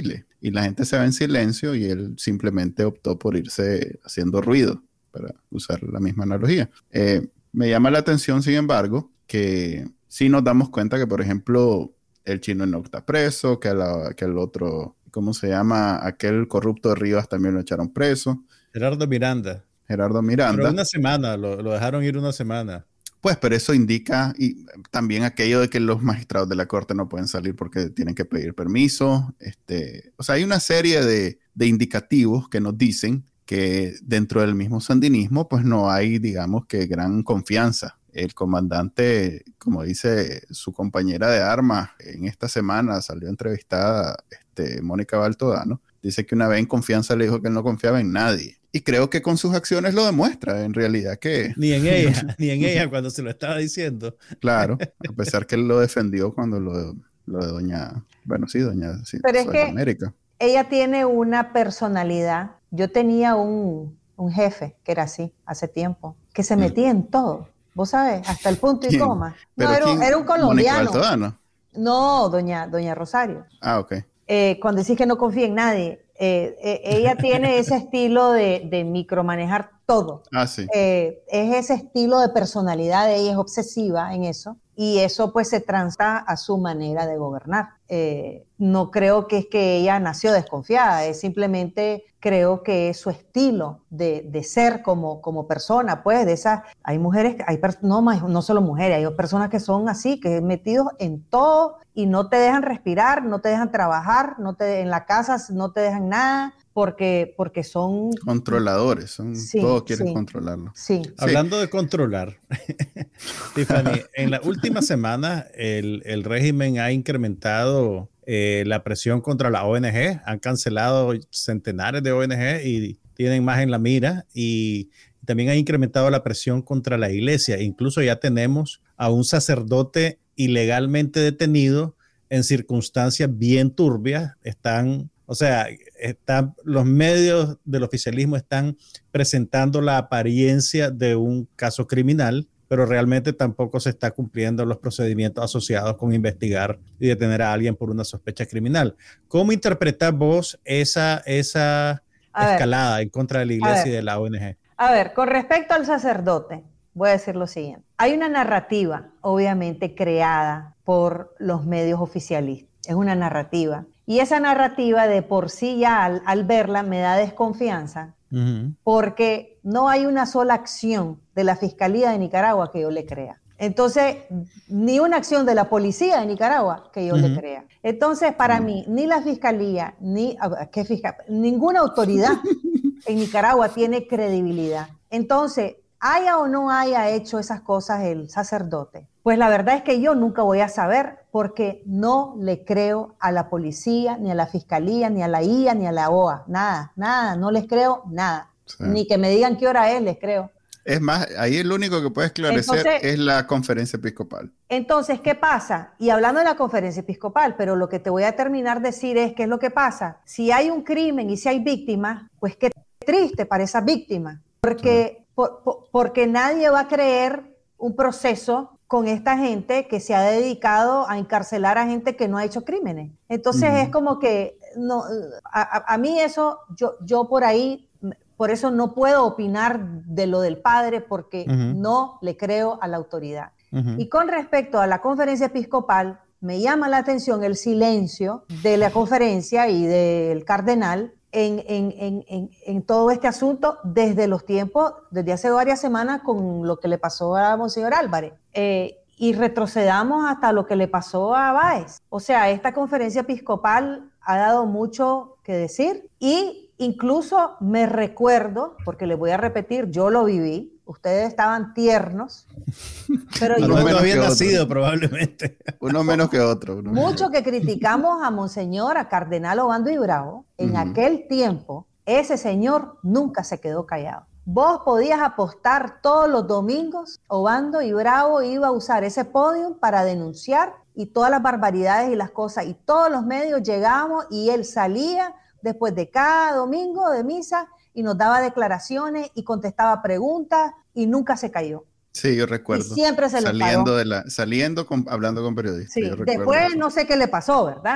y la gente se va en silencio y él simplemente optó por irse haciendo ruido, para usar la misma analogía. Eh, me llama la atención, sin embargo, que sí nos damos cuenta que, por ejemplo, el chino no está preso, que, la, que el otro, ¿cómo se llama? Aquel corrupto de Rivas también lo echaron preso. Gerardo Miranda. Gerardo Miranda. Pero una semana, lo, lo dejaron ir una semana. Pues, pero eso indica y también aquello de que los magistrados de la corte no pueden salir porque tienen que pedir permiso. Este, o sea, hay una serie de, de indicativos que nos dicen que dentro del mismo sandinismo, pues no hay, digamos, que gran confianza. El comandante, como dice su compañera de armas, en esta semana salió entrevistada este, Mónica Baltodano, dice que una vez en confianza le dijo que él no confiaba en nadie. Y creo que con sus acciones lo demuestra, en realidad que... Ni en ella, ni en ella cuando se lo estaba diciendo. Claro, a pesar que él lo defendió cuando lo, lo de doña... Bueno, sí, doña sí, Pero es que América. Ella tiene una personalidad. Yo tenía un, un jefe que era así, hace tiempo, que se metía en todo. Vos sabés, hasta el punto y ¿Quién? coma. ¿Pero No, era, quién? era un colombiano. ¿Mónica Baltodano? No, doña, doña Rosario. Ah, ok. Eh, cuando decís que no confía en nadie, eh, eh, ella tiene ese estilo de, de micromanejar todo. Ah, sí. Eh, es ese estilo de personalidad de ella, es obsesiva en eso, y eso pues se transa a su manera de gobernar. Eh, no creo que es que ella nació desconfiada, es simplemente creo que es su estilo de, de ser como, como persona, pues de esas, hay mujeres, hay no, no solo mujeres, hay personas que son así, que metidos en todo y no te dejan respirar, no te dejan trabajar, no te, en la casa no te dejan nada, porque, porque son... Controladores, son, sí, todos quieren sí, controlarlo. Sí. Hablando de controlar, Tiffany, en la última semana el, el régimen ha incrementado eh, la presión contra la O N G, han cancelado centenares de O N G y tienen más en la mira, y también ha incrementado la presión contra la iglesia. Incluso ya tenemos a un sacerdote ilegalmente detenido en circunstancias bien turbias. Están, o sea, están, los medios del oficialismo están presentando la apariencia de un caso criminal, pero realmente tampoco se está cumpliendo los procedimientos asociados con investigar y detener a alguien por una sospecha criminal. ¿Cómo interpretás vos esa, esa escalada en contra de la iglesia y de la O N G? A ver, con respecto al sacerdote, voy a decir lo siguiente. Hay una narrativa, obviamente, creada por los medios oficialistas. Es una narrativa. Y esa narrativa de por sí ya al, al verla me da desconfianza, uh-huh. porque no hay una sola acción de la Fiscalía de Nicaragua que yo le crea. Entonces, ni una acción de la Policía de Nicaragua que yo uh-huh. le crea. Entonces, para uh-huh. mí, ni la Fiscalía, ni ¿qué fiscal? Ninguna autoridad en Nicaragua tiene credibilidad. Entonces, haya o no haya hecho esas cosas el sacerdote, pues la verdad es que yo nunca voy a saber, porque no le creo a la policía, ni a la fiscalía, ni a la I A, ni a la O A. Nada, nada, no les creo nada. Sí. Ni que me digan qué hora es, les creo. Es más, ahí el único que puede esclarecer entonces, es la conferencia episcopal. Entonces, ¿qué pasa? Y hablando de la conferencia episcopal, pero lo que te voy a terminar de decir es qué es lo que pasa. Si hay un crimen y si hay víctimas, pues qué triste para esas víctimas, porque, sí. por, por, porque nadie va a creer un proceso con esta gente que se ha dedicado a encarcelar a gente que no ha hecho crímenes. Entonces uh-huh. es como que no, a, a mí eso, yo, yo por ahí, por eso no puedo opinar de lo del padre, porque uh-huh. no le creo a la autoridad. Uh-huh. Y con respecto a la conferencia episcopal, me llama la atención el silencio de la conferencia y del cardenal en, en, en, en, en todo este asunto desde los tiempos, desde hace varias semanas con lo que le pasó a Monseñor Álvarez. Eh, y retrocedamos hasta lo que le pasó a Báez. O sea, esta conferencia episcopal ha dado mucho que decir, y incluso me recuerdo, porque les voy a repetir, yo lo viví, ustedes estaban tiernos, pero no, yo no había nacido probablemente. Uno menos que otro. Uno mucho que criticamos a Monseñor, a Cardenal Obando y Bravo, en uh-huh. aquel tiempo, ese señor nunca se quedó callado. Vos podías apostar todos los domingos, Obando y Bravo iba a usar ese podio para denunciar y todas las barbaridades y las cosas, y todos los medios llegábamos y él salía después de cada domingo de misa y nos daba declaraciones y contestaba preguntas y nunca se cayó. Sí, yo recuerdo. Y siempre se saliendo le paró. De la, saliendo con, hablando con periodistas. Sí, después eso. No sé qué le pasó, ¿verdad?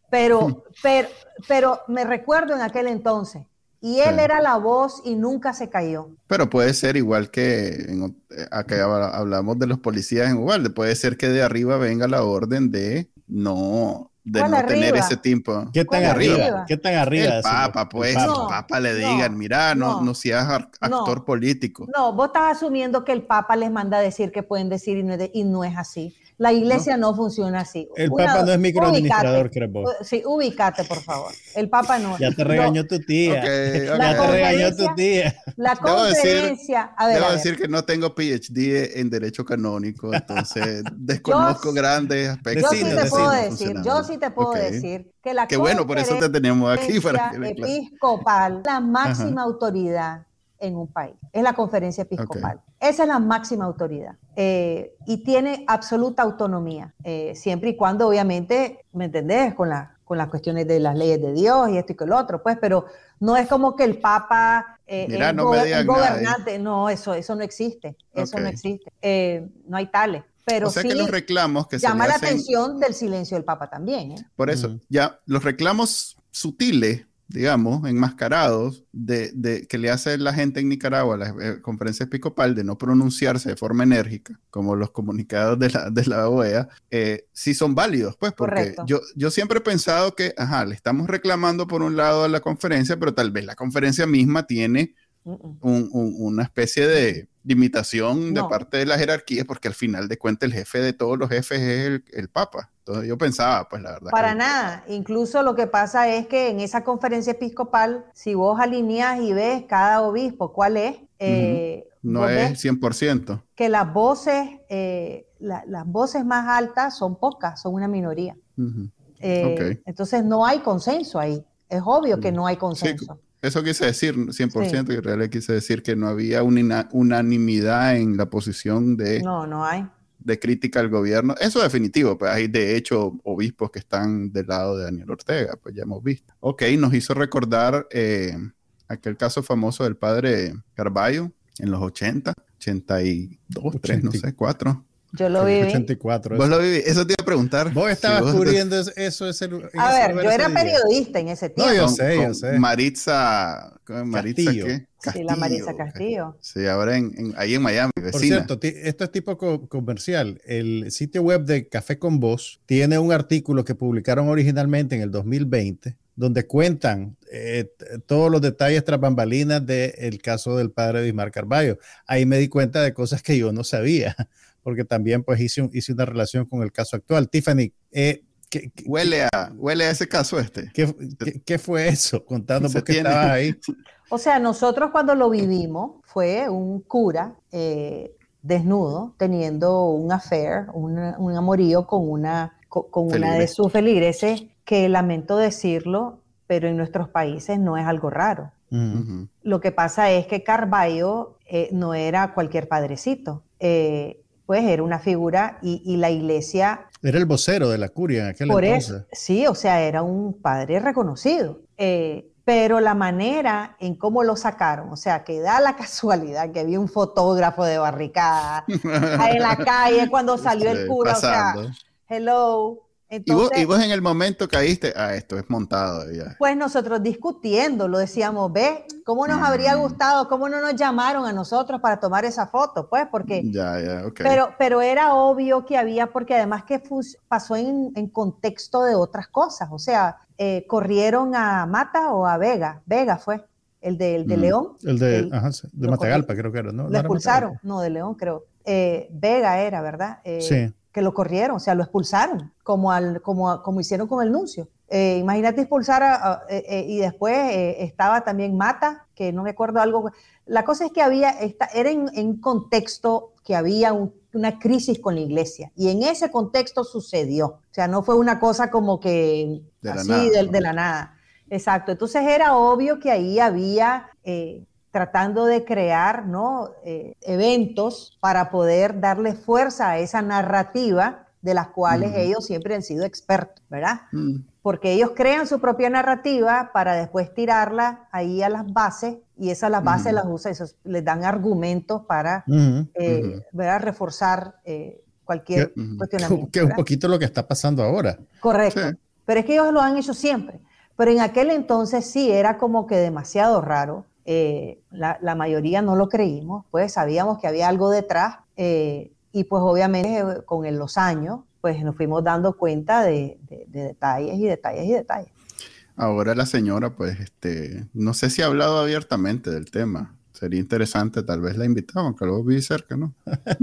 pero, pero, pero me recuerdo en aquel entonces, y él sí. era la voz y nunca se cayó. Pero puede ser igual que en, acá hablamos de los policías en Uvalde, puede ser que de arriba venga la orden de no... de no arriba? tener ese tipo. ¿Qué tan arriba? arriba? ¿Qué tan arriba? El Papa, pues, el Papa, no, el Papa le digan, no, mira, no, no, no seas actor no, político. No, vos estás asumiendo que el Papa les manda a decir que pueden decir y no es, de, y no es así. La iglesia no, no funciona así. El Una, Papa no es microadministrador, creo vos. Sí, ubícate, por favor. El Papa no. Ya te regañó tu tía. Okay, okay. Ya te regañó tu tía. La conferencia... Debo, decir, a ver, debo a ver. decir que no tengo P H D en Derecho Canónico, entonces desconozco yo, grandes aspectos. Yo sí te puedo decir, yo sí te puedo okay. decir que la Qué bueno, por eso te tenemos aquí. Para que episcopal, la máxima Ajá. autoridad en un país, es la conferencia episcopal. Okay. Esa es la máxima autoridad eh, y tiene absoluta autonomía, eh, siempre y cuando obviamente, ¿me entendés? Con, la, con las cuestiones de las leyes de Dios y esto y que lo otro, pues, pero no es como que el Papa eh, Mira, es no go- me gobernante, nada, no, eso, eso no existe, eso okay. no existe, eh, no hay tales. Pero o sea sí que los reclamos que llama se la hacen... atención del silencio del Papa también. ¿eh? Por eso, uh-huh. ya los reclamos sutiles, digamos, enmascarados, de, de, que le hace la gente en Nicaragua, la eh, conferencia episcopal, de no pronunciarse de forma enérgica, como los comunicados de la, de la O E A, eh, sí son válidos, pues, porque yo, yo siempre he pensado que, ajá, le estamos reclamando por un lado a la conferencia, pero tal vez la conferencia misma tiene uh-uh. un, un, una especie de limitación no. de parte de la jerarquía, porque al final de cuentas el jefe de todos los jefes es el, el Papa. Entonces yo pensaba, pues la verdad. Para que... nada. Incluso lo que pasa es que en esa conferencia episcopal, si vos alineas y ves cada obispo cuál es, eh, uh-huh. no es cien por ciento. Que las voces, eh, la, las voces más altas son pocas, son una minoría. Uh-huh. eh, okay. Entonces no hay consenso ahí. Es obvio uh-huh. que no hay consenso. Sí. Eso quise decir, cien por ciento, sí. y realmente quise decir que no había una unanimidad en la posición de, no, no hay. de crítica al gobierno. Eso definitivo, pues hay de hecho obispos que están del lado de Daniel Ortega, pues ya hemos visto. Ok, nos hizo recordar eh, aquel caso famoso del padre Carballo en los ochenta, ochenta y dos, tres, no sé, cuatro. Yo lo viví. ochenta y cuatro. Vos lo viví. Eso te iba a preguntar. Vos estabas si vos cubriendo eso. eso ese, a ver, yo era periodista en ese tiempo. No, yo con, sé, con yo sé. Maritza, Maritza Castillo. ¿qué? Sí, Castillo. la Maritza Castillo. Sí, ahora en, en, ahí en Miami, vecina. Por cierto, esto es tipo co- comercial. El sitio web de Café con Voz tiene un artículo que publicaron originalmente en el dos mil veinte, donde cuentan eh, todos los detalles tras bambalinas del caso del padre Bismarck Carballo. Ahí me di cuenta de cosas que yo no sabía, porque también pues hice, un, hice una relación con el caso actual. Tiffany, eh, ¿qué, qué, huele, a, huele a ese caso este. ¿Qué, qué, qué fue eso? Contando por qué estabas ahí. O sea, nosotros cuando lo vivimos fue un cura eh, desnudo teniendo un affair, un, un amorío con una, con, con una de sus feligreses, que lamento decirlo, pero en nuestros países no es algo raro. Uh-huh. Lo que pasa es que Carballo eh, no era cualquier padrecito. Eh, pues era una figura y, y la iglesia... Era el vocero de la curia en aquel por entonces. Eso, sí, o sea, era un padre reconocido. Eh, pero la manera en cómo lo sacaron, o sea, que da la casualidad que había un fotógrafo de barricada en la calle cuando salió sí, el cura, pasando. O sea, hello... Entonces, ¿Y, vos, y vos en el momento caíste, ah, esto es montado. Ya. Pues nosotros discutiendo, lo decíamos, ve, ¿cómo nos mm. habría gustado, cómo no nos llamaron a nosotros para tomar esa foto? Pues porque, ya, ya, okay. pero, pero era obvio que había, porque además que fus, pasó en, en contexto de otras cosas, o sea, eh, corrieron a Mata o a Vega, Vega fue, el de, el de mm. León. El de, el, ajá, de Matagalpa creo que era, ¿no? Lo expulsaron, no, de León creo, eh, Vega era, ¿verdad? Eh, sí. Que lo corrieron, o sea, lo expulsaron, como, al, como, como hicieron con el nuncio. Eh, imagínate expulsar a, a, eh, eh, y después eh, estaba también Mata, que no me acuerdo algo. La cosa es que había, esta, era en, en contexto que había un, una crisis con la iglesia, y en ese contexto sucedió. O sea, no fue una cosa como que de así la nada, de, ¿no? de la nada. Exacto, entonces era obvio que ahí había... Eh, tratando de crear, ¿no? eh, eventos para poder darle fuerza a esa narrativa de las cuales mm. ellos siempre han sido expertos, ¿verdad? Mm. Porque ellos crean su propia narrativa para después tirarla ahí a las bases, y esas las bases mm. las usan, esos, les dan argumentos para mm. eh, mm. ¿verdad? reforzar eh, cualquier que, cuestionamiento. Que es un poquito lo que está pasando ahora. Correcto. Sí. pero es que ellos lo han hecho siempre. Pero en aquel entonces sí era como que demasiado raro. Eh, la, la mayoría no lo creímos, pues sabíamos que había algo detrás eh, y pues obviamente con el, los años pues nos fuimos dando cuenta de, de, de detalles y detalles y detalles. Ahora la señora pues este, no sé si ha hablado abiertamente del tema. Sería interesante, tal vez la invitamos, que luego vive cerca, ¿no?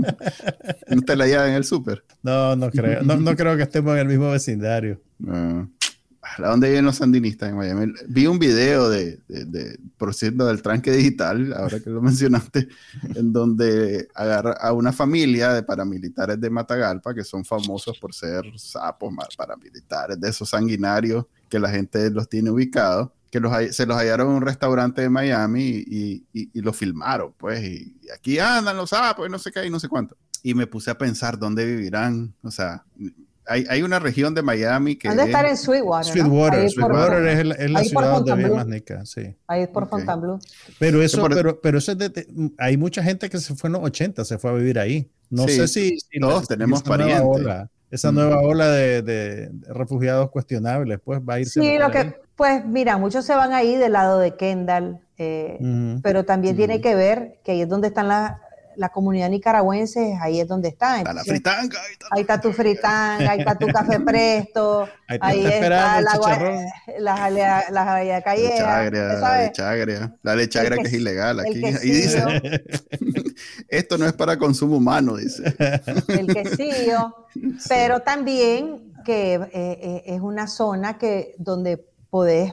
¿No te la llevan en el súper? No, no creo. No, no creo que estemos en el mismo vecindario. Uh, ¿A dónde viven los sandinistas en Miami? Vi un video de, de, de por cierto, del tranque digital, ahora que lo mencionaste, en donde agarra a una familia de paramilitares de Matagalpa, que son famosos por ser sapos paramilitares, de esos sanguinarios que la gente los tiene ubicados, que los, se los hallaron en un restaurante de Miami y, y, y lo filmaron, pues, y, y aquí andan los sapos y no sé qué y no sé cuánto. Y me puse a pensar dónde vivirán, o sea... Hay, hay una región de Miami que... Han de estar en Sweetwater, Sweetwater, ¿no? Sweetwater es, el, es la ciudad donde vive más Nica, sí. Ahí es por Okay. Fontainebleau. Pero eso, por... pero, pero eso es de, hay mucha gente que se fue en los ochenta, se fue a vivir ahí. No sí, sé si, si todos la, tenemos esa parientes. Nueva ola, esa mm. nueva ola de, de, de refugiados cuestionables, pues va a irse. Sí, a lo que, ahí. pues mira, muchos se van ahí del lado de Kendall, eh, uh-huh. pero también uh-huh. tiene que ver que ahí es donde están las la comunidad nicaragüense, ahí es donde está. Entonces, la fritanga, ahí, está ahí está tu fritanga, ahí está tu café presto, ahí, ahí está, está la chicharrón, la, la, la, la lechagria, la lechagria, la lechagria que, que es ilegal aquí. Ahí dice, esto no es para consumo humano, dice. El quesillo, sí. Pero también que eh, eh, es una zona que donde podés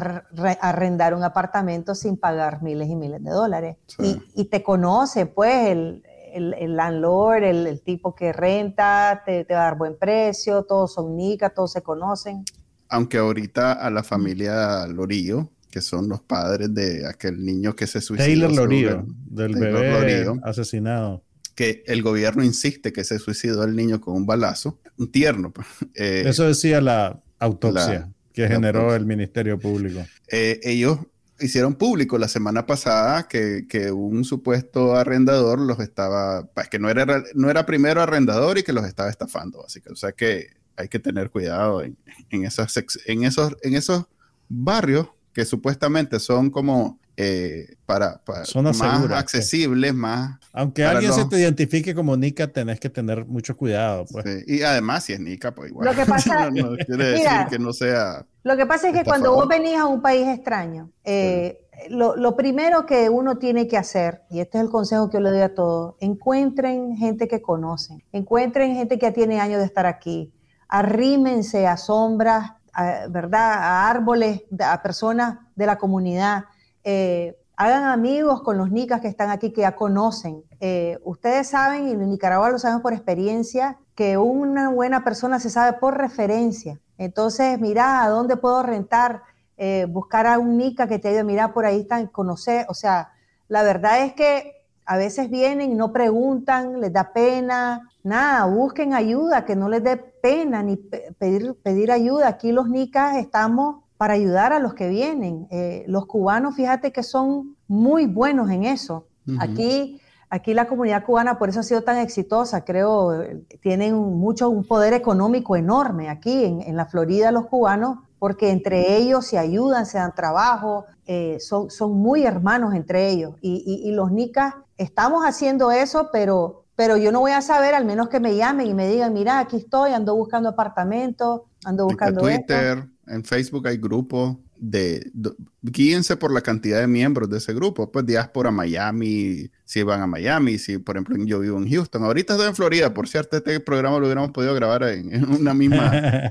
arrendar un apartamento sin pagar miles y miles de dólares. Sí. Y, y te conoce, pues, el, el, el landlord, el, el tipo que renta, te, te va a dar buen precio, todos son nicas, todos se conocen. Aunque ahorita a la familia Lorillo, que son los padres de aquel niño que se suicidó. Taylor Lorillo, del Taylor bebé Lorillo, asesinado. Que el gobierno insiste que se suicidó el niño con un balazo, un tierno. Eh, Eso decía la autopsia. La, que generó la el Ministerio Público. Eh, ellos hicieron público la semana pasada que, que un supuesto arrendador los estaba, pues que no era, no era primero arrendador y que los estaba estafando, básicamente. O sea que hay que tener cuidado en, en, esas, en, esos, en esos barrios que supuestamente son como eh, para, para Zonas más seguras, accesibles, pues. más... Aunque alguien los... se te identifique como Nica, tenés que tener mucho cuidado. Pues. Sí. Y además, si es Nica, pues igual. Lo que pasa, no, no quiere mira, decir que no sea... Lo que pasa es que estafador. Cuando vos venís a un país extraño, eh, sí. lo, lo primero que uno tiene que hacer, y este es el consejo que yo le doy a todos, encuentren gente que conocen, encuentren gente que ya tiene años de estar aquí, arrímense a sombras, a, ¿verdad? A árboles, a personas de la comunidad, eh, hagan amigos con los nicas que están aquí, que ya conocen. Eh, ustedes saben, y en Nicaragua lo saben por experiencia, que una buena persona se sabe por referencia. Entonces, mira, ¿a dónde puedo rentar? Eh, buscar a un nica que te diga, mira, por ahí están, conocer. O sea, la verdad es que a veces vienen y no preguntan, les da pena, nada, busquen ayuda, que no les dé pena ni pedir, pedir ayuda. Aquí los nicas estamos para ayudar a los que vienen. Eh, los cubanos, fíjate que son muy buenos en eso. Uh-huh. Aquí, aquí la comunidad cubana por eso ha sido tan exitosa, creo, tienen mucho, un poder económico enorme aquí en, en la Florida los cubanos, porque entre ellos se ayudan, se dan trabajo, eh, son, son muy hermanos entre ellos. Y, y, y los nicas estamos haciendo eso, pero, pero yo no voy a saber, al menos que me llamen y me digan, mira, aquí estoy, ando buscando apartamentos, ando buscando Twitter, esto. En Facebook hay grupos de, de, guíense por la cantidad de miembros de ese grupo, pues Diáspora Miami, si van a Miami, si por ejemplo yo vivo en Houston, ahorita estoy en Florida, por cierto este programa lo hubiéramos podido grabar en, en una misma,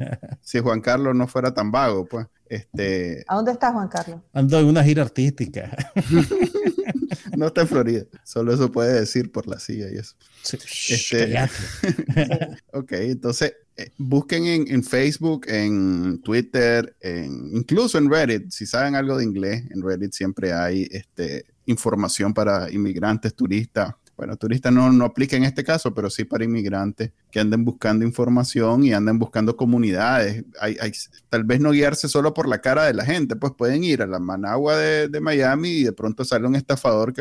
si Juan Carlos no fuera tan vago, pues. Este... ¿A dónde está Juan Carlos? Ando en una gira artística. No está en Florida, solo eso puede decir por la silla y eso. Sí, este... Ok, entonces eh, busquen en, en Facebook, en Twitter, en, incluso en Reddit, si saben algo de inglés, en Reddit siempre hay este, información para inmigrantes, turistas. Bueno, turistas no, no aplica en este caso, pero sí para inmigrantes que anden buscando información y anden buscando comunidades. Hay, hay, tal vez no guiarse solo por la cara de la gente, pues pueden ir a la Managua de, de Miami y de pronto sale un estafador que, lo,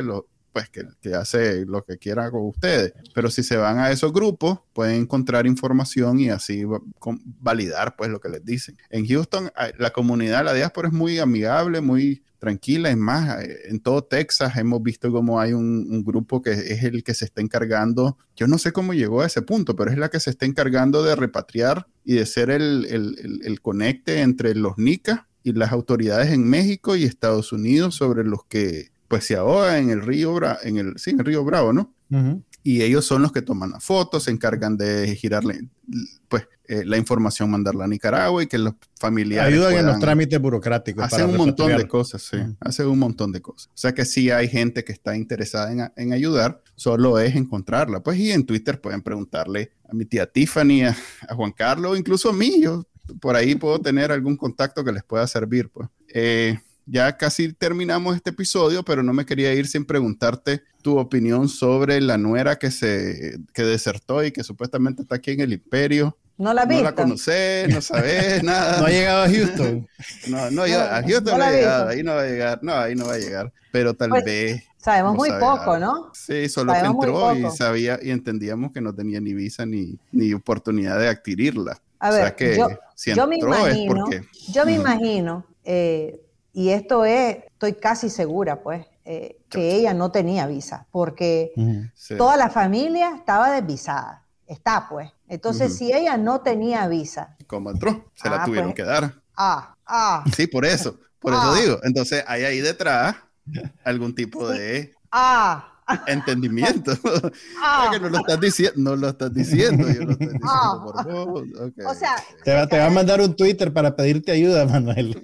pues que, que hace lo que quiera con ustedes. Pero si se van a esos grupos, pueden encontrar información y así validar pues lo que les dicen. En Houston, la comunidad, la diáspora es muy amigable, muy tranquila. Es más, en todo Texas hemos visto como hay un, un grupo que es el que se está encargando, yo no sé cómo llegó a ese punto, pero es la que se está encargando de repatriar y de ser el, el, el, el conecte entre los nicas y las autoridades en México y Estados Unidos sobre los que pues se ahogan en el río Bravo, en el, sí, en el río Bravo, ¿no? Uh-huh. Y ellos son los que toman las fotos, se encargan de girarle pues eh, la información, mandarla a Nicaragua y que los familiares ayudan en los trámites burocráticos. Hacen un montón de cosas, sí. Uh-huh. Hacen un montón de cosas. O sea que sí hay gente que está interesada en, en ayudar, solo es encontrarla. Pues y en Twitter pueden preguntarle a mi tía Tiffany, a, a Juan Carlos, incluso a mí. Yo por ahí puedo tener algún contacto que les pueda servir, pues. Eh, Ya casi terminamos este episodio, pero no me quería ir sin preguntarte tu opinión sobre la nuera que se que desertó y que supuestamente está aquí en el Imperio. No la has visto. No la conocés, no sabés nada. No ha llegado a Houston. No, no, yo, a Houston no, no ha llegado, ahí no va a llegar, no, ahí no va a llegar, pero tal pues, vez. Sabemos muy poco, ¿no? Sí, solo sabemos que entró y sabía y entendíamos que no tenía ni visa ni, ni oportunidad de adquirirla. A ver, o sea que yo, si yo me imagino, es porque... yo me imagino, eh, y esto es, estoy casi segura, pues, eh, que ella no tenía visa, porque uh-huh. sí. toda la familia estaba desvisada. Está, pues. Entonces, uh-huh. si ella no tenía visa. ¿Cómo entró? Se ah, la tuvieron pues, que dar. Ah, ah. Sí, por eso. Por ah. eso digo. Entonces, hay ahí detrás algún tipo sí. de ah. entendimiento. Ah. que no lo estás diciendo, no lo estás diciendo. Yo lo estoy diciendo ah. por vos. Okay. O sea, te va, te va a mandar un Twitter para pedirte ayuda, Manuel.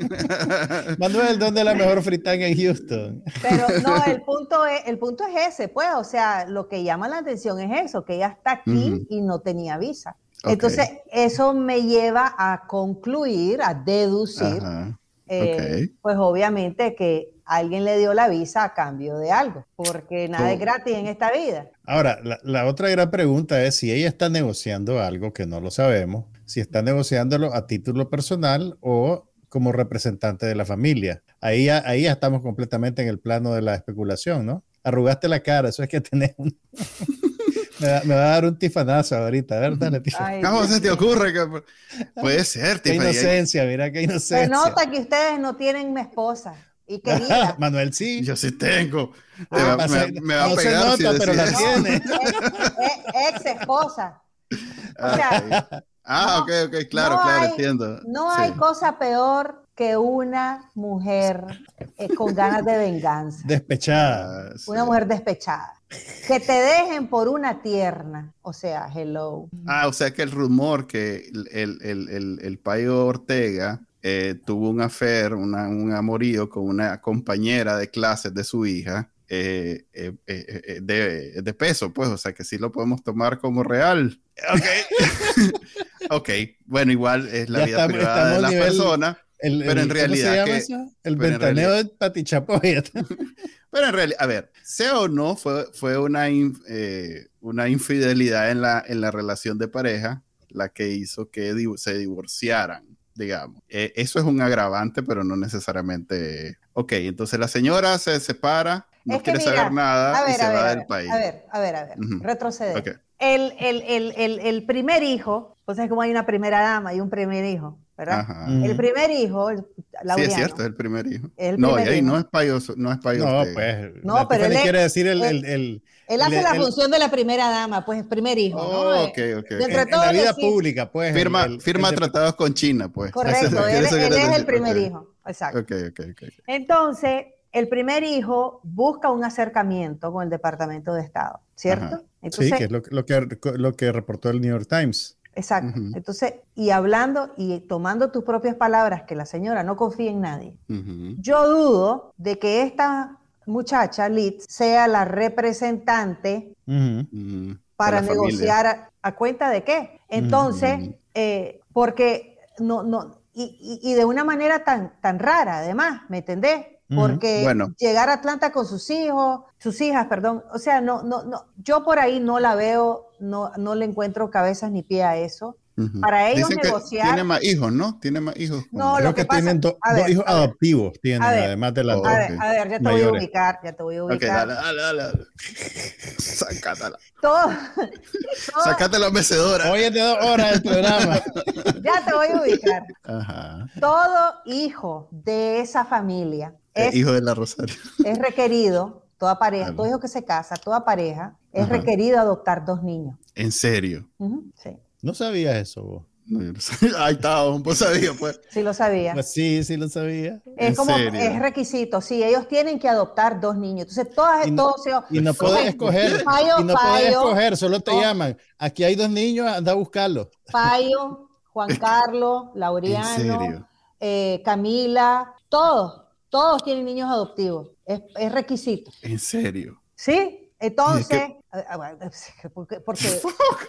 Manuel, ¿dónde es la mejor fritanga en Houston? Pero no, el punto es, el punto es ese, pues, o sea, lo que llama la atención es eso, que ella está aquí uh-huh. y no tenía visa. Okay. Entonces, eso me lleva a concluir, a deducir, uh-huh. eh, okay. pues obviamente que alguien le dio la visa a cambio de algo, porque nada oh. es gratis en esta vida. Ahora, la, la otra gran pregunta es si ella está negociando algo que no lo sabemos, si está negociándolo a título personal o como representante de la familia. Ahí ya, ahí ya estamos completamente en el plano de la especulación, ¿no? Arrugaste la cara, eso es que tenés un... me, va, me va a dar un tifanazo ahorita, ¿verdad? ¿Cómo se te ocurre? Que... Puede ser, Qué inocencia, mira qué inocencia. Se nota que ustedes no tienen mi esposa. Y querida. Manuel, sí. Yo sí tengo. Ah, va, me, me va no a pegar. No se nota, si pero la tiene. Ex, ex esposa. O sea, ah, no, ok, ok, claro, no claro, hay, entiendo. No sí. hay cosa peor que una mujer eh, con ganas de venganza. Despechada. Uh, sí. Una mujer despechada. Que te dejen por una tierna. O sea, hello. Ah, o sea que el rumor que el, el, el, el, el Payo Ortega Eh, tuvo un affair, una, un amorío con una compañera de clases de su hija eh, eh, eh, de, de peso, pues, o sea que sí lo podemos tomar como real. Ok, ok, bueno, bueno, es la ya vida estamos, privada estamos de las personas, el, pero en realidad... ¿Cómo se llama que, el ventaneo de Pati Chapoy. Pero en realidad, a ver, sea o no, fue, fue una, eh, una infidelidad en la, en la relación de pareja la que hizo que div- se divorciaran. Digamos, eh, eso es un agravante, pero no necesariamente. Ok, entonces la señora se separa, no es que quiere mira, saber nada ver, y se ver, va ver, del país. A ver, a ver, a ver, uh-huh. retroceder. Okay. El, el, el, el, el primer hijo, pues es como hay una primera dama y un primer hijo, ¿verdad? Ajá. El primer hijo, el, sí, es cierto, es el primer hijo. El no, primer y ahí hijo. no es payo, no es payo. No, pues, no, pero él quiere decir el... el, el Él hace el, la el, función de la primera dama, pues el primer hijo, oh, ¿no? Ok, ok. En, en la vida decir, pública, pues. Firma, el, el, el firma de, tratados con China, pues. Correcto, él, él es el primer okay. hijo, exacto. Okay, okay, okay. Entonces, el primer hijo busca un acercamiento con el Departamento de Estado, ¿cierto? Entonces, sí, que es lo, lo, que, lo que reportó el New York Times. Exacto. Uh-huh. Entonces, y hablando y tomando tus propias palabras, que la señora no confía en nadie, uh-huh. yo dudo de que esta muchacha, Liz, sea la representante uh-huh. para negociar a, a cuenta de qué. Entonces, uh-huh. eh, porque no, no, y, y, y de una manera tan, tan rara, además, ¿me entendés? Porque bueno. llegar a Atlanta con sus hijos, sus hijas, perdón, o sea, no, no, no, yo por ahí no la veo, no, no le encuentro cabezas ni pie a eso. Uh-huh. Para ellos Dicen negociar... que tiene más hijos, ¿no? Tiene más hijos. No, Creo lo que, que pasa... tienen do, ver, dos hijos adoptivos, tienen, ver, además de las oh, dos. A ver, a ver, ya te mayores. voy a ubicar, ya te voy a ubicar. Ok, dale, dale, dale. dale. Sácatela. Todo, todo, Sácate la mecedora. Hoy es de dos horas el programa. ya te voy a ubicar. Ajá. Todo hijo de esa familia es, es, hijo de la Rosario. es requerido, toda pareja, Claro. todo hijo que se casa, toda pareja, es Ajá. requerido adoptar dos niños. ¿En serio? Uh-huh, sí. No sabías eso vos. No, yo no sabía. Ahí está, vos sabías, pues. Sí lo sabía. Pues sí, sí lo sabía. Es ¿En como, serio? es requisito, sí, ellos tienen que adoptar dos niños. Entonces, todas, Y no, todos, y no puedes escoger, Payo, y no puedes Payo, escoger, solo te no. llaman. Aquí hay dos niños, anda a buscarlos. Payo, Juan Carlos, Laureano, ¿En serio? eh, Camila, todos, todos tienen niños adoptivos. Es, es requisito. ¿En serio? ¿Sí? Entonces, qué? porque, porque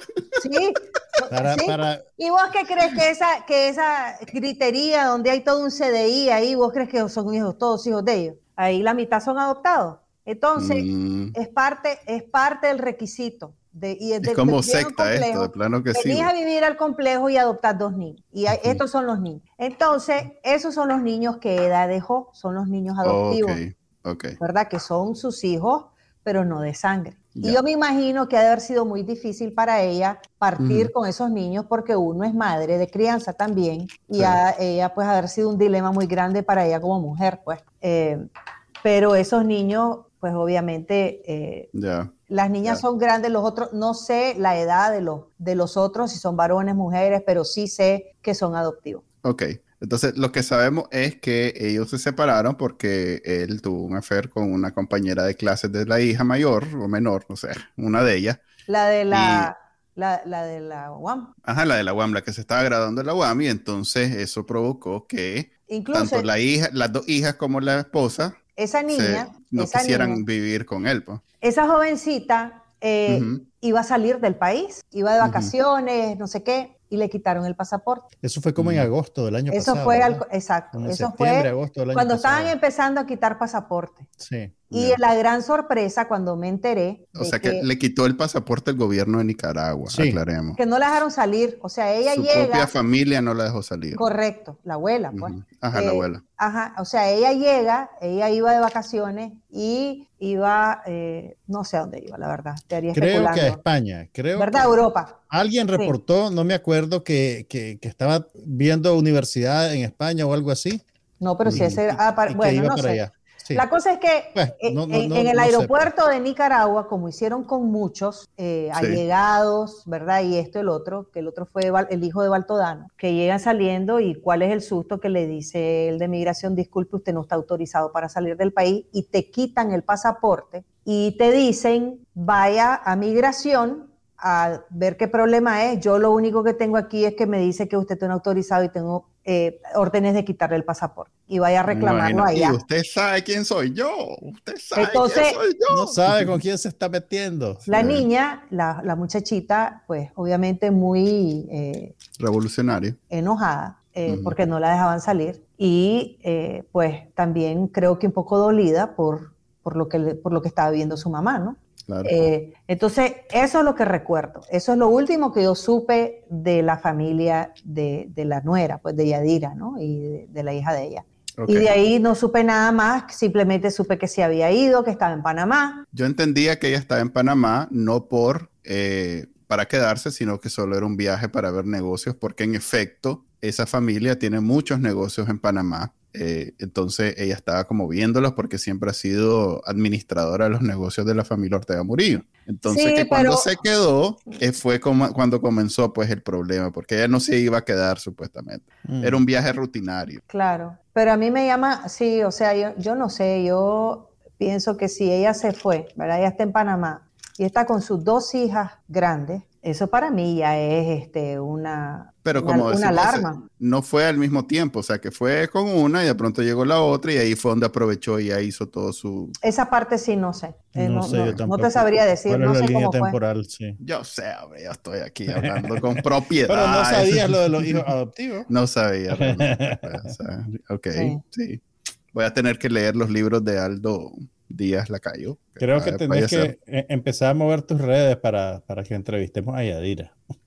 sí, Para, ¿sí? para, ¿Y vos qué crees que esa, que esa gritería donde hay todo un C D I ahí, vos crees que son hijos, todos hijos de ellos? Ahí la mitad son adoptados. Entonces, Mm. es, parte, es parte del requisito. De, y es, Es de, como de, secta esto, de plano que sí. Venís a vivir al complejo y adoptar dos niños. Y hay, Uh-huh. estos son los niños. Entonces, esos son los niños que Eda dejó, son los niños adoptivos. Ok, ok. ¿Verdad? Que son sus hijos, pero no de sangre. Ya. Y yo me imagino que ha de haber sido muy difícil para ella partir Ujú. con esos niños porque uno es madre de crianza también y Sí. a ella pues haber sido un dilema muy grande para ella como mujer, pues. Eh, pero esos niños, pues obviamente, eh, Ya. las niñas Ya. son grandes, los otros, no sé la edad de los, de los otros, si son varones, mujeres, pero sí sé que son adoptivos. Ok. Entonces, lo que sabemos es que ellos se separaron porque él tuvo un affair con una compañera de clases de la hija mayor o menor, no sé, una de ellas. La de la, la, la de la U A M. Ajá, la de la U A M, la que se estaba graduando en la U A M, y entonces eso provocó que Incluso tanto la hija, las dos hijas como la esposa esa niña, se- no esa quisieran niña, vivir con él, pues. esa jovencita eh, Ujú. iba a salir del país, iba de Ujú. vacaciones, no sé qué, y le quitaron el pasaporte. eso fue como en Mm. agosto del año Eso pasado. fue, al, ¿verdad? exacto, Como en eso septiembre, fue agosto del año cuando pasado. estaban empezando a quitar pasaporte. Sí. Y Ya. la gran sorpresa cuando me enteré O de sea que, que, le quitó el pasaporte el gobierno de Nicaragua, Sí. aclaremos. que no la dejaron salir, o sea, ella Su llega, propia familia no la dejó salir. correcto, la abuela, pues. Ujú. Ajá, Eh, la abuela. Ajá, o sea, ella llega, ella iba de vacaciones y iba, eh, no sé a dónde iba, la verdad, te haría Creo que a especulando. España. Creo ¿Verdad? que Europa. alguien Sí. reportó, no me acuerdo, que, que, que estaba viendo universidad en España o algo así. No, pero si y- ese, y- ah, para- y que bueno, iba no para sé. allá. Sí. La cosa es que Pues, eh, no- no- en, no- en el no sé, aeropuerto de Nicaragua, como hicieron con muchos eh, Sí. allegados, ¿verdad? Y esto, el otro, que el otro fue Val- el hijo de Baltodano, que llegan saliendo y cuál es el susto que le dice el de migración, disculpe, usted no está autorizado para salir del país y te quitan el pasaporte y te dicen, vaya a migración a ver qué problema es. Yo lo único que tengo aquí es que me dice que usted está autorizado y tengo eh, órdenes de quitarle el pasaporte y vaya a Me reclamarlo imagino. allá. Y usted sabe quién soy yo. Usted sabe Entonces, quién soy yo. No sabe con quién se está metiendo. La Sí. niña, la, la muchachita, pues obviamente muy eh, Revolucionario. enojada eh, Ujú. porque no la dejaban salir y eh, pues también creo que un poco dolida por, por, lo, que le- por lo que estaba viviendo su mamá, ¿no? Claro. Eh, entonces, eso es lo que recuerdo. Eso es lo último que yo supe de la familia de, de la nuera, pues de Yadira, ¿no? Y de, de la hija de ella. Ok. Y de ahí no supe nada más, simplemente supe que se había ido, que estaba en Panamá. Yo entendía que ella estaba en Panamá no por eh, para quedarse, sino que solo era un viaje para ver negocios, porque en efecto esa familia tiene muchos negocios en Panamá. Eh, entonces ella estaba como viéndolos porque siempre ha sido administradora de los negocios de la familia Ortega Murillo. Entonces Sí, que cuando pero- se quedó eh, fue como, cuando comenzó pues el problema, porque ella no se iba a quedar supuestamente. Mm. Era un viaje rutinario. Claro, pero a mí me llama, sí, o sea, yo, yo no sé, yo pienso que si ella se fue, ¿verdad? Ella está en Panamá y está con sus dos hijas grandes, eso para mí ya es este, una, Pero una, como una decimos, alarma. no fue al mismo tiempo, o sea que fue con una y de pronto llegó la otra y ahí fue donde aprovechó y ya hizo todo su... Esa parte sí no sé, Eh, No no, sé, no- yo no tampoco. te sabría decir, ¿Cuál es no la sé línea cómo fue. temporal? Sí. Yo sé, hombre, yo estoy aquí hablando con propiedad. Pero no sabías lo de los hijos adoptivos. No sabía realmente, pues, o sea, ok, Sí. sí. Voy a tener que leer los libros de Aldo Díaz Lacayo. Creo va- que vaya tenés a ser. que eh, empezar a mover tus redes para, para que entrevistemos a Yadira.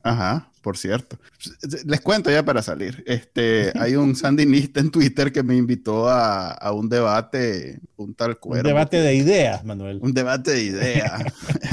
Ajá, por cierto. Les cuento ya para salir. Este, hay un sandinista en Twitter que me invitó a, a un debate, un tal Cuervo. Un debate de ideas, Manuel. Un debate de ideas.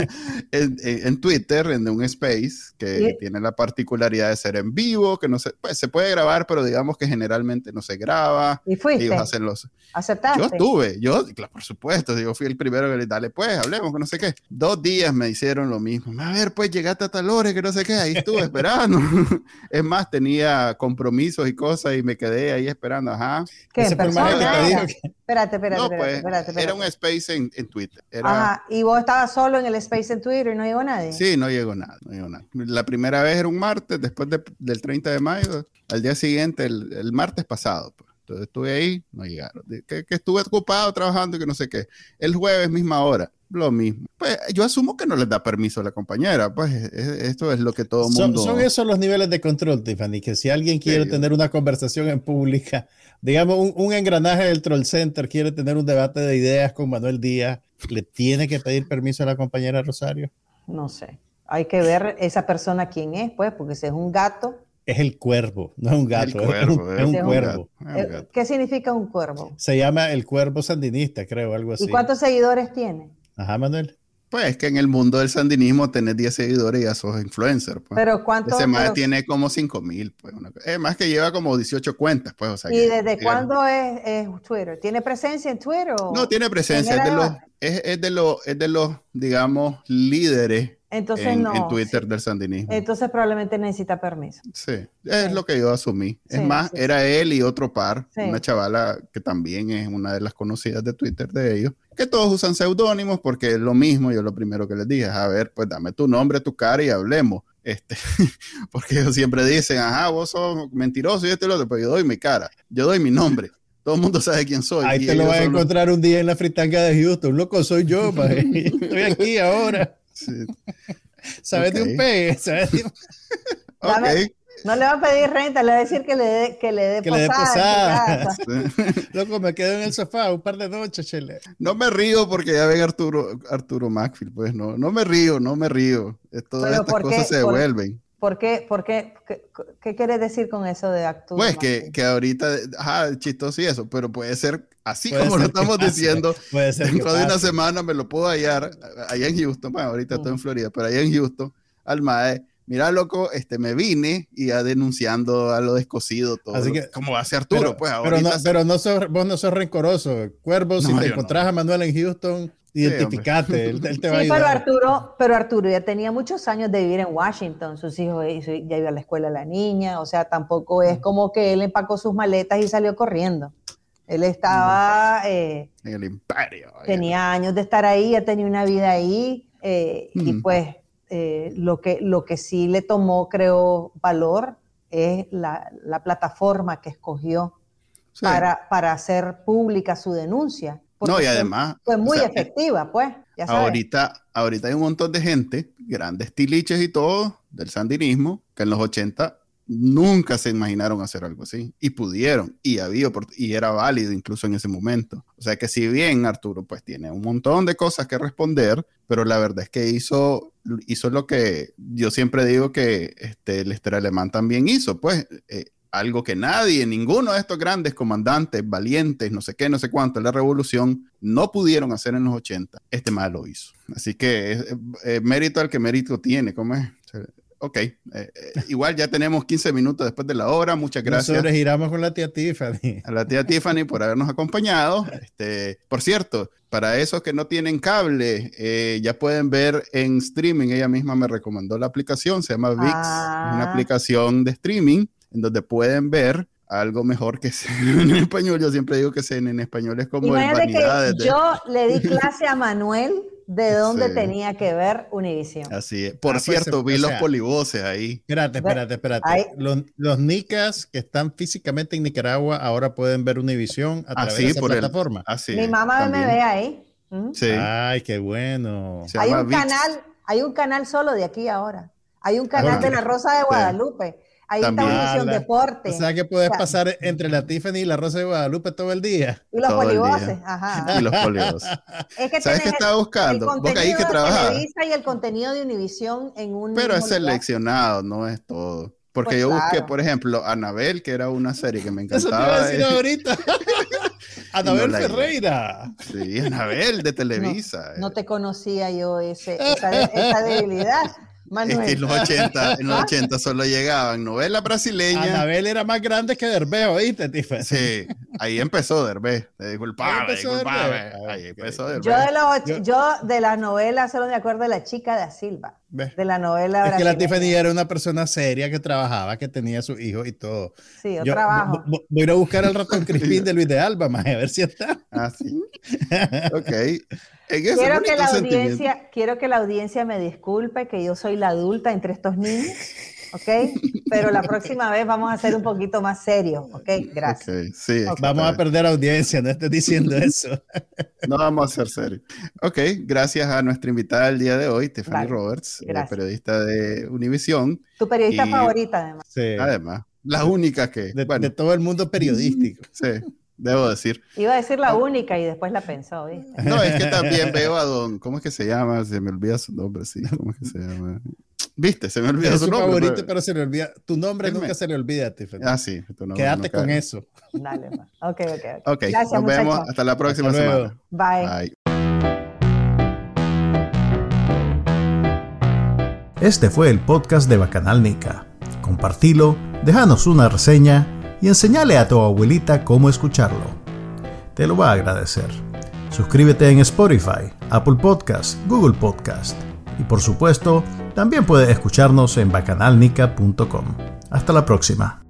en, en, en Twitter, en un space que ¿Sí? tiene la particularidad de ser en vivo, que no se, pues, se puede grabar, pero digamos que generalmente no se graba. ¿Y fuiste? Ellos hacen los... ¿Aceptaste? Yo estuve, yo, claro, por supuesto, yo fui el primero que le dale, pues, hablemos, que no sé qué. Dos días me hicieron lo mismo. A ver, pues, llegaste a tal hora, que no sé qué, ahí estuve esperando. Es más, tenía compromisos y cosas y me quedé ahí esperando, ajá. ¿Qué, en persona? Que te dijo que... Espérate, espérate, no, espérate, pues, espérate, espérate. Era un space en, en Twitter. Era... Ajá, ¿y vos estabas solo en el space en Twitter y no llegó nadie? Sí, no llegó nada, no llegó nada. La primera vez era un martes, después de, del treinta de mayo, al día siguiente, el, el martes pasado, pues. Entonces estuve ahí, no llegaron. Que, que estuve ocupado trabajando y que no sé qué. El jueves, misma hora, lo mismo. Pues yo asumo que no les da permiso a la compañera. Pues esto es lo que todo el mundo... Son, son esos los niveles de control, Tiffany, que si alguien quiere sí, tener una conversación en pública, digamos un, un engranaje del Troll Center quiere tener un debate de ideas con Manuel Díaz, ¿le tiene que pedir permiso a la compañera Rosario? No sé. Hay que ver esa persona quién es, pues, porque si es un gato... Es el cuervo, no es un gato, el cuervo, es un, es un cuervo. Gato. ¿Qué significa un cuervo? Se llama el cuervo sandinista, creo, algo así. ¿Y cuántos seguidores tiene? Ajá, Manuel. Pues que en el mundo del sandinismo tenés diez seguidores y ya sos influencer. Pues. ¿Pero cuántos? Ese más pero... tiene como cinco mil. Pues, es más que lleva como dieciocho cuentas. Pues, o sea, ¿Y que, desde digamos, cuándo es, es Twitter? ¿Tiene presencia en Twitter? O no, tiene presencia. Es de, los, es, es, de los, es de los, digamos, líderes. Entonces, en, no, en Twitter sí. del sandinismo. Entonces probablemente necesita permiso. Sí, es sí. lo que yo asumí. Es sí, más, sí, era él y otro par, sí. una chavala que también es una de las conocidas de Twitter de ellos, que todos usan seudónimos porque es lo mismo. Yo lo primero que les dije es, a ver, pues dame tu nombre, tu cara y hablemos. Este, porque ellos siempre dicen, ajá, vos sos mentiroso y esto y lo otro, pero yo doy mi cara, yo doy mi nombre. Todo el mundo sabe quién soy. Ahí te lo vas a encontrar los... un día en la fritanga de Houston. Loco, soy yo, estoy aquí ahora. Sí. ¿Sabes okay. de un pegue? ¿Sabes de un... okay. No le va a pedir renta, le va a decir que le dé que le dé que posada. Le dé posada. Sí. Loco, me quedo en el sofá un par de noches, chele. No me río porque ya ven Arturo, Arturo Macfield, pues no, no me río, no me río. Todas Pero estas cosas se devuelven. ¿Por qué? ¿Por qué? ¿Qué, qué quieres decir con eso de Arturo? Pues que, que ahorita, ajá, chistoso y eso, pero puede ser así puede como ser lo estamos pase, diciendo. Puede ser dentro de una semana me lo puedo hallar allá en Houston. Bueno, ahorita mm. estoy en Florida, pero allá en Houston, al MAE. Mira, loco, este, me vine y ya denunciando a lo descosido todo. Así que, ¿cómo va a ser Arturo? Pero, pues, pero, no, pero no sos, vos no sos rencoroso. Cuervo, no, si te encontrás no. a Manuel en Houston, identificate. Sí, él, él te sí, va a ayudar. Pero Arturo, pero Arturo ya tenía muchos años de vivir en Washington. Sus hijos ya iba a la escuela la niña. O sea, tampoco es como que él empacó sus maletas y salió corriendo. Él estaba... Eh, en el imperio. Tenía años de estar ahí, ya tenía una vida ahí. Eh, mm. Y pues... Eh, lo, que, lo que sí le tomó, creo, valor es la, la plataforma que escogió sí. para, para hacer pública su denuncia. No, y además... Fue muy o sea, efectiva, pues. Ya ahorita, ahorita hay un montón de gente, grandes tiliches y todo, del sandinismo, que en los ochenta nunca se imaginaron hacer algo así. Y pudieron, y había, y era válido incluso en ese momento. O sea que si bien Arturo pues tiene un montón de cosas que responder, pero la verdad es que hizo, hizo lo que yo siempre digo que este, Lester Alemán también hizo, pues eh, algo que nadie, ninguno de estos grandes comandantes, valientes, no sé qué, no sé cuánto, de la revolución, no pudieron hacer en los ochenta. Este más lo hizo. Así que eh, eh, mérito al que mérito tiene, ¿cómo es? Ok, eh, eh, igual ya tenemos quince minutos después de la hora. Muchas gracias. Nosotros giramos con la tía Tiffany. A la tía Tiffany por habernos acompañado. Este, por cierto, para esos que no tienen cable, eh, ya pueden ver en streaming. Ella misma me recomendó la aplicación, se llama VIX. Ah. Es una aplicación de streaming en donde pueden ver algo mejor que C N N en español. Yo siempre digo que C N N en español es como el vanidades. Que de... Yo le di clase a Manuel de dónde sí. tenía que ver Univisión. Así es. Por ah, cierto, pues, vi los sea, polivoces ahí. Espérate, espérate, espérate. Ahí. Los, los nicas que están físicamente en Nicaragua ahora pueden ver Univisión a través así, de esa por plataforma. El, así Mi es, mamá también. me ve ahí. ¿Mm? Sí. Ay, qué bueno. Se hay un VIX. canal, hay un canal solo de aquí ahora. Hay un canal ah, de la Rosa de Guadalupe. Sí. Ahí También. está Univisión Ah, la- Deporte. O sea que puedes O sea, pasar entre la Tiffany y la Rosa de Guadalupe todo el día. Y los todo el día. polivoces, ajá. Y los polivoces. Es que ¿Sabes qué tienes estaba buscando? el Vos ahí contenido que de trabajabas. Televisa y el contenido de Univisión en un Pero es mismo lugar. seleccionado, no es todo. Porque Pues yo busqué, claro. por ejemplo, Anabel, que era una serie que me Eso te iba a encantaba. decir eh, ahorita. Anabel la- Ferreira. Sí, Anabel de Televisa. No eh. te conocía yo ese, esa, de- esa debilidad, Es Manuel. que en los ochenta, en los ochenta solo llegaban novelas brasileñas. Anabel era más grande que Derbez, ¿oíste, Tiffany? Sí, ahí empezó Derbez. Te disculpame, empezó disculpame. Derbez. Ahí empezó Yo Derbez. Yo de, los, och- Yo- yo de las novelas solo me acuerdo de La Chica de Silva, ¿Ves? de la novela Es que la brasileña. Tiffany era una persona seria que trabajaba, que tenía sus hijos y todo. Sí, yo, Yo trabajo. vo- vo- voy a ir a buscar al ratón Crispín de Luis de Alba, más a ver si está. Ah, sí. Ok. En ese Quiero que, bonito la sentimiento. audiencia, quiero que la audiencia me disculpe que yo soy la adulta entre estos niños, ¿ok? Pero la próxima vez vamos a ser un poquito más serios, ¿ok? Gracias. Ok, sí, es que Vamos a está- perder audiencia, no estés diciendo eso. No vamos a ser serios. Ok, gracias a nuestra invitada del día de hoy, Tiffany Vale, Roberts, eh, gracias. periodista de Univisión. Tu periodista Y- favorita, además. Sí. Además, la única que, De, bueno, de todo el mundo periodístico. sí, debo decir. Iba a decir la única y después la pensó, ¿viste? No, es que también veo a don, ¿cómo es que se llama? Se me olvida su nombre, sí, ¿cómo es que se llama? Viste, se me olvidó Es su su nombre. favorito, pero- pero se le olvida. Tu nombre Dime. nunca se le olvida, Tiffany. Ah, sí. tu nombre Quédate nunca- con eso. Dale, pues. Ok, ok, ok. Ok, Gracias, nos vemos muchachos. hasta la próxima Hasta luego. semana. Bye. Bye. Este fue el podcast de Bacanal Nica. Compartilo, déjanos una reseña y enseñale a tu abuelita cómo escucharlo. Te lo va a agradecer. Suscríbete en Spotify, Apple Podcast, Google Podcast. Y por supuesto, también puedes escucharnos en bacanal nica punto com. Hasta la próxima.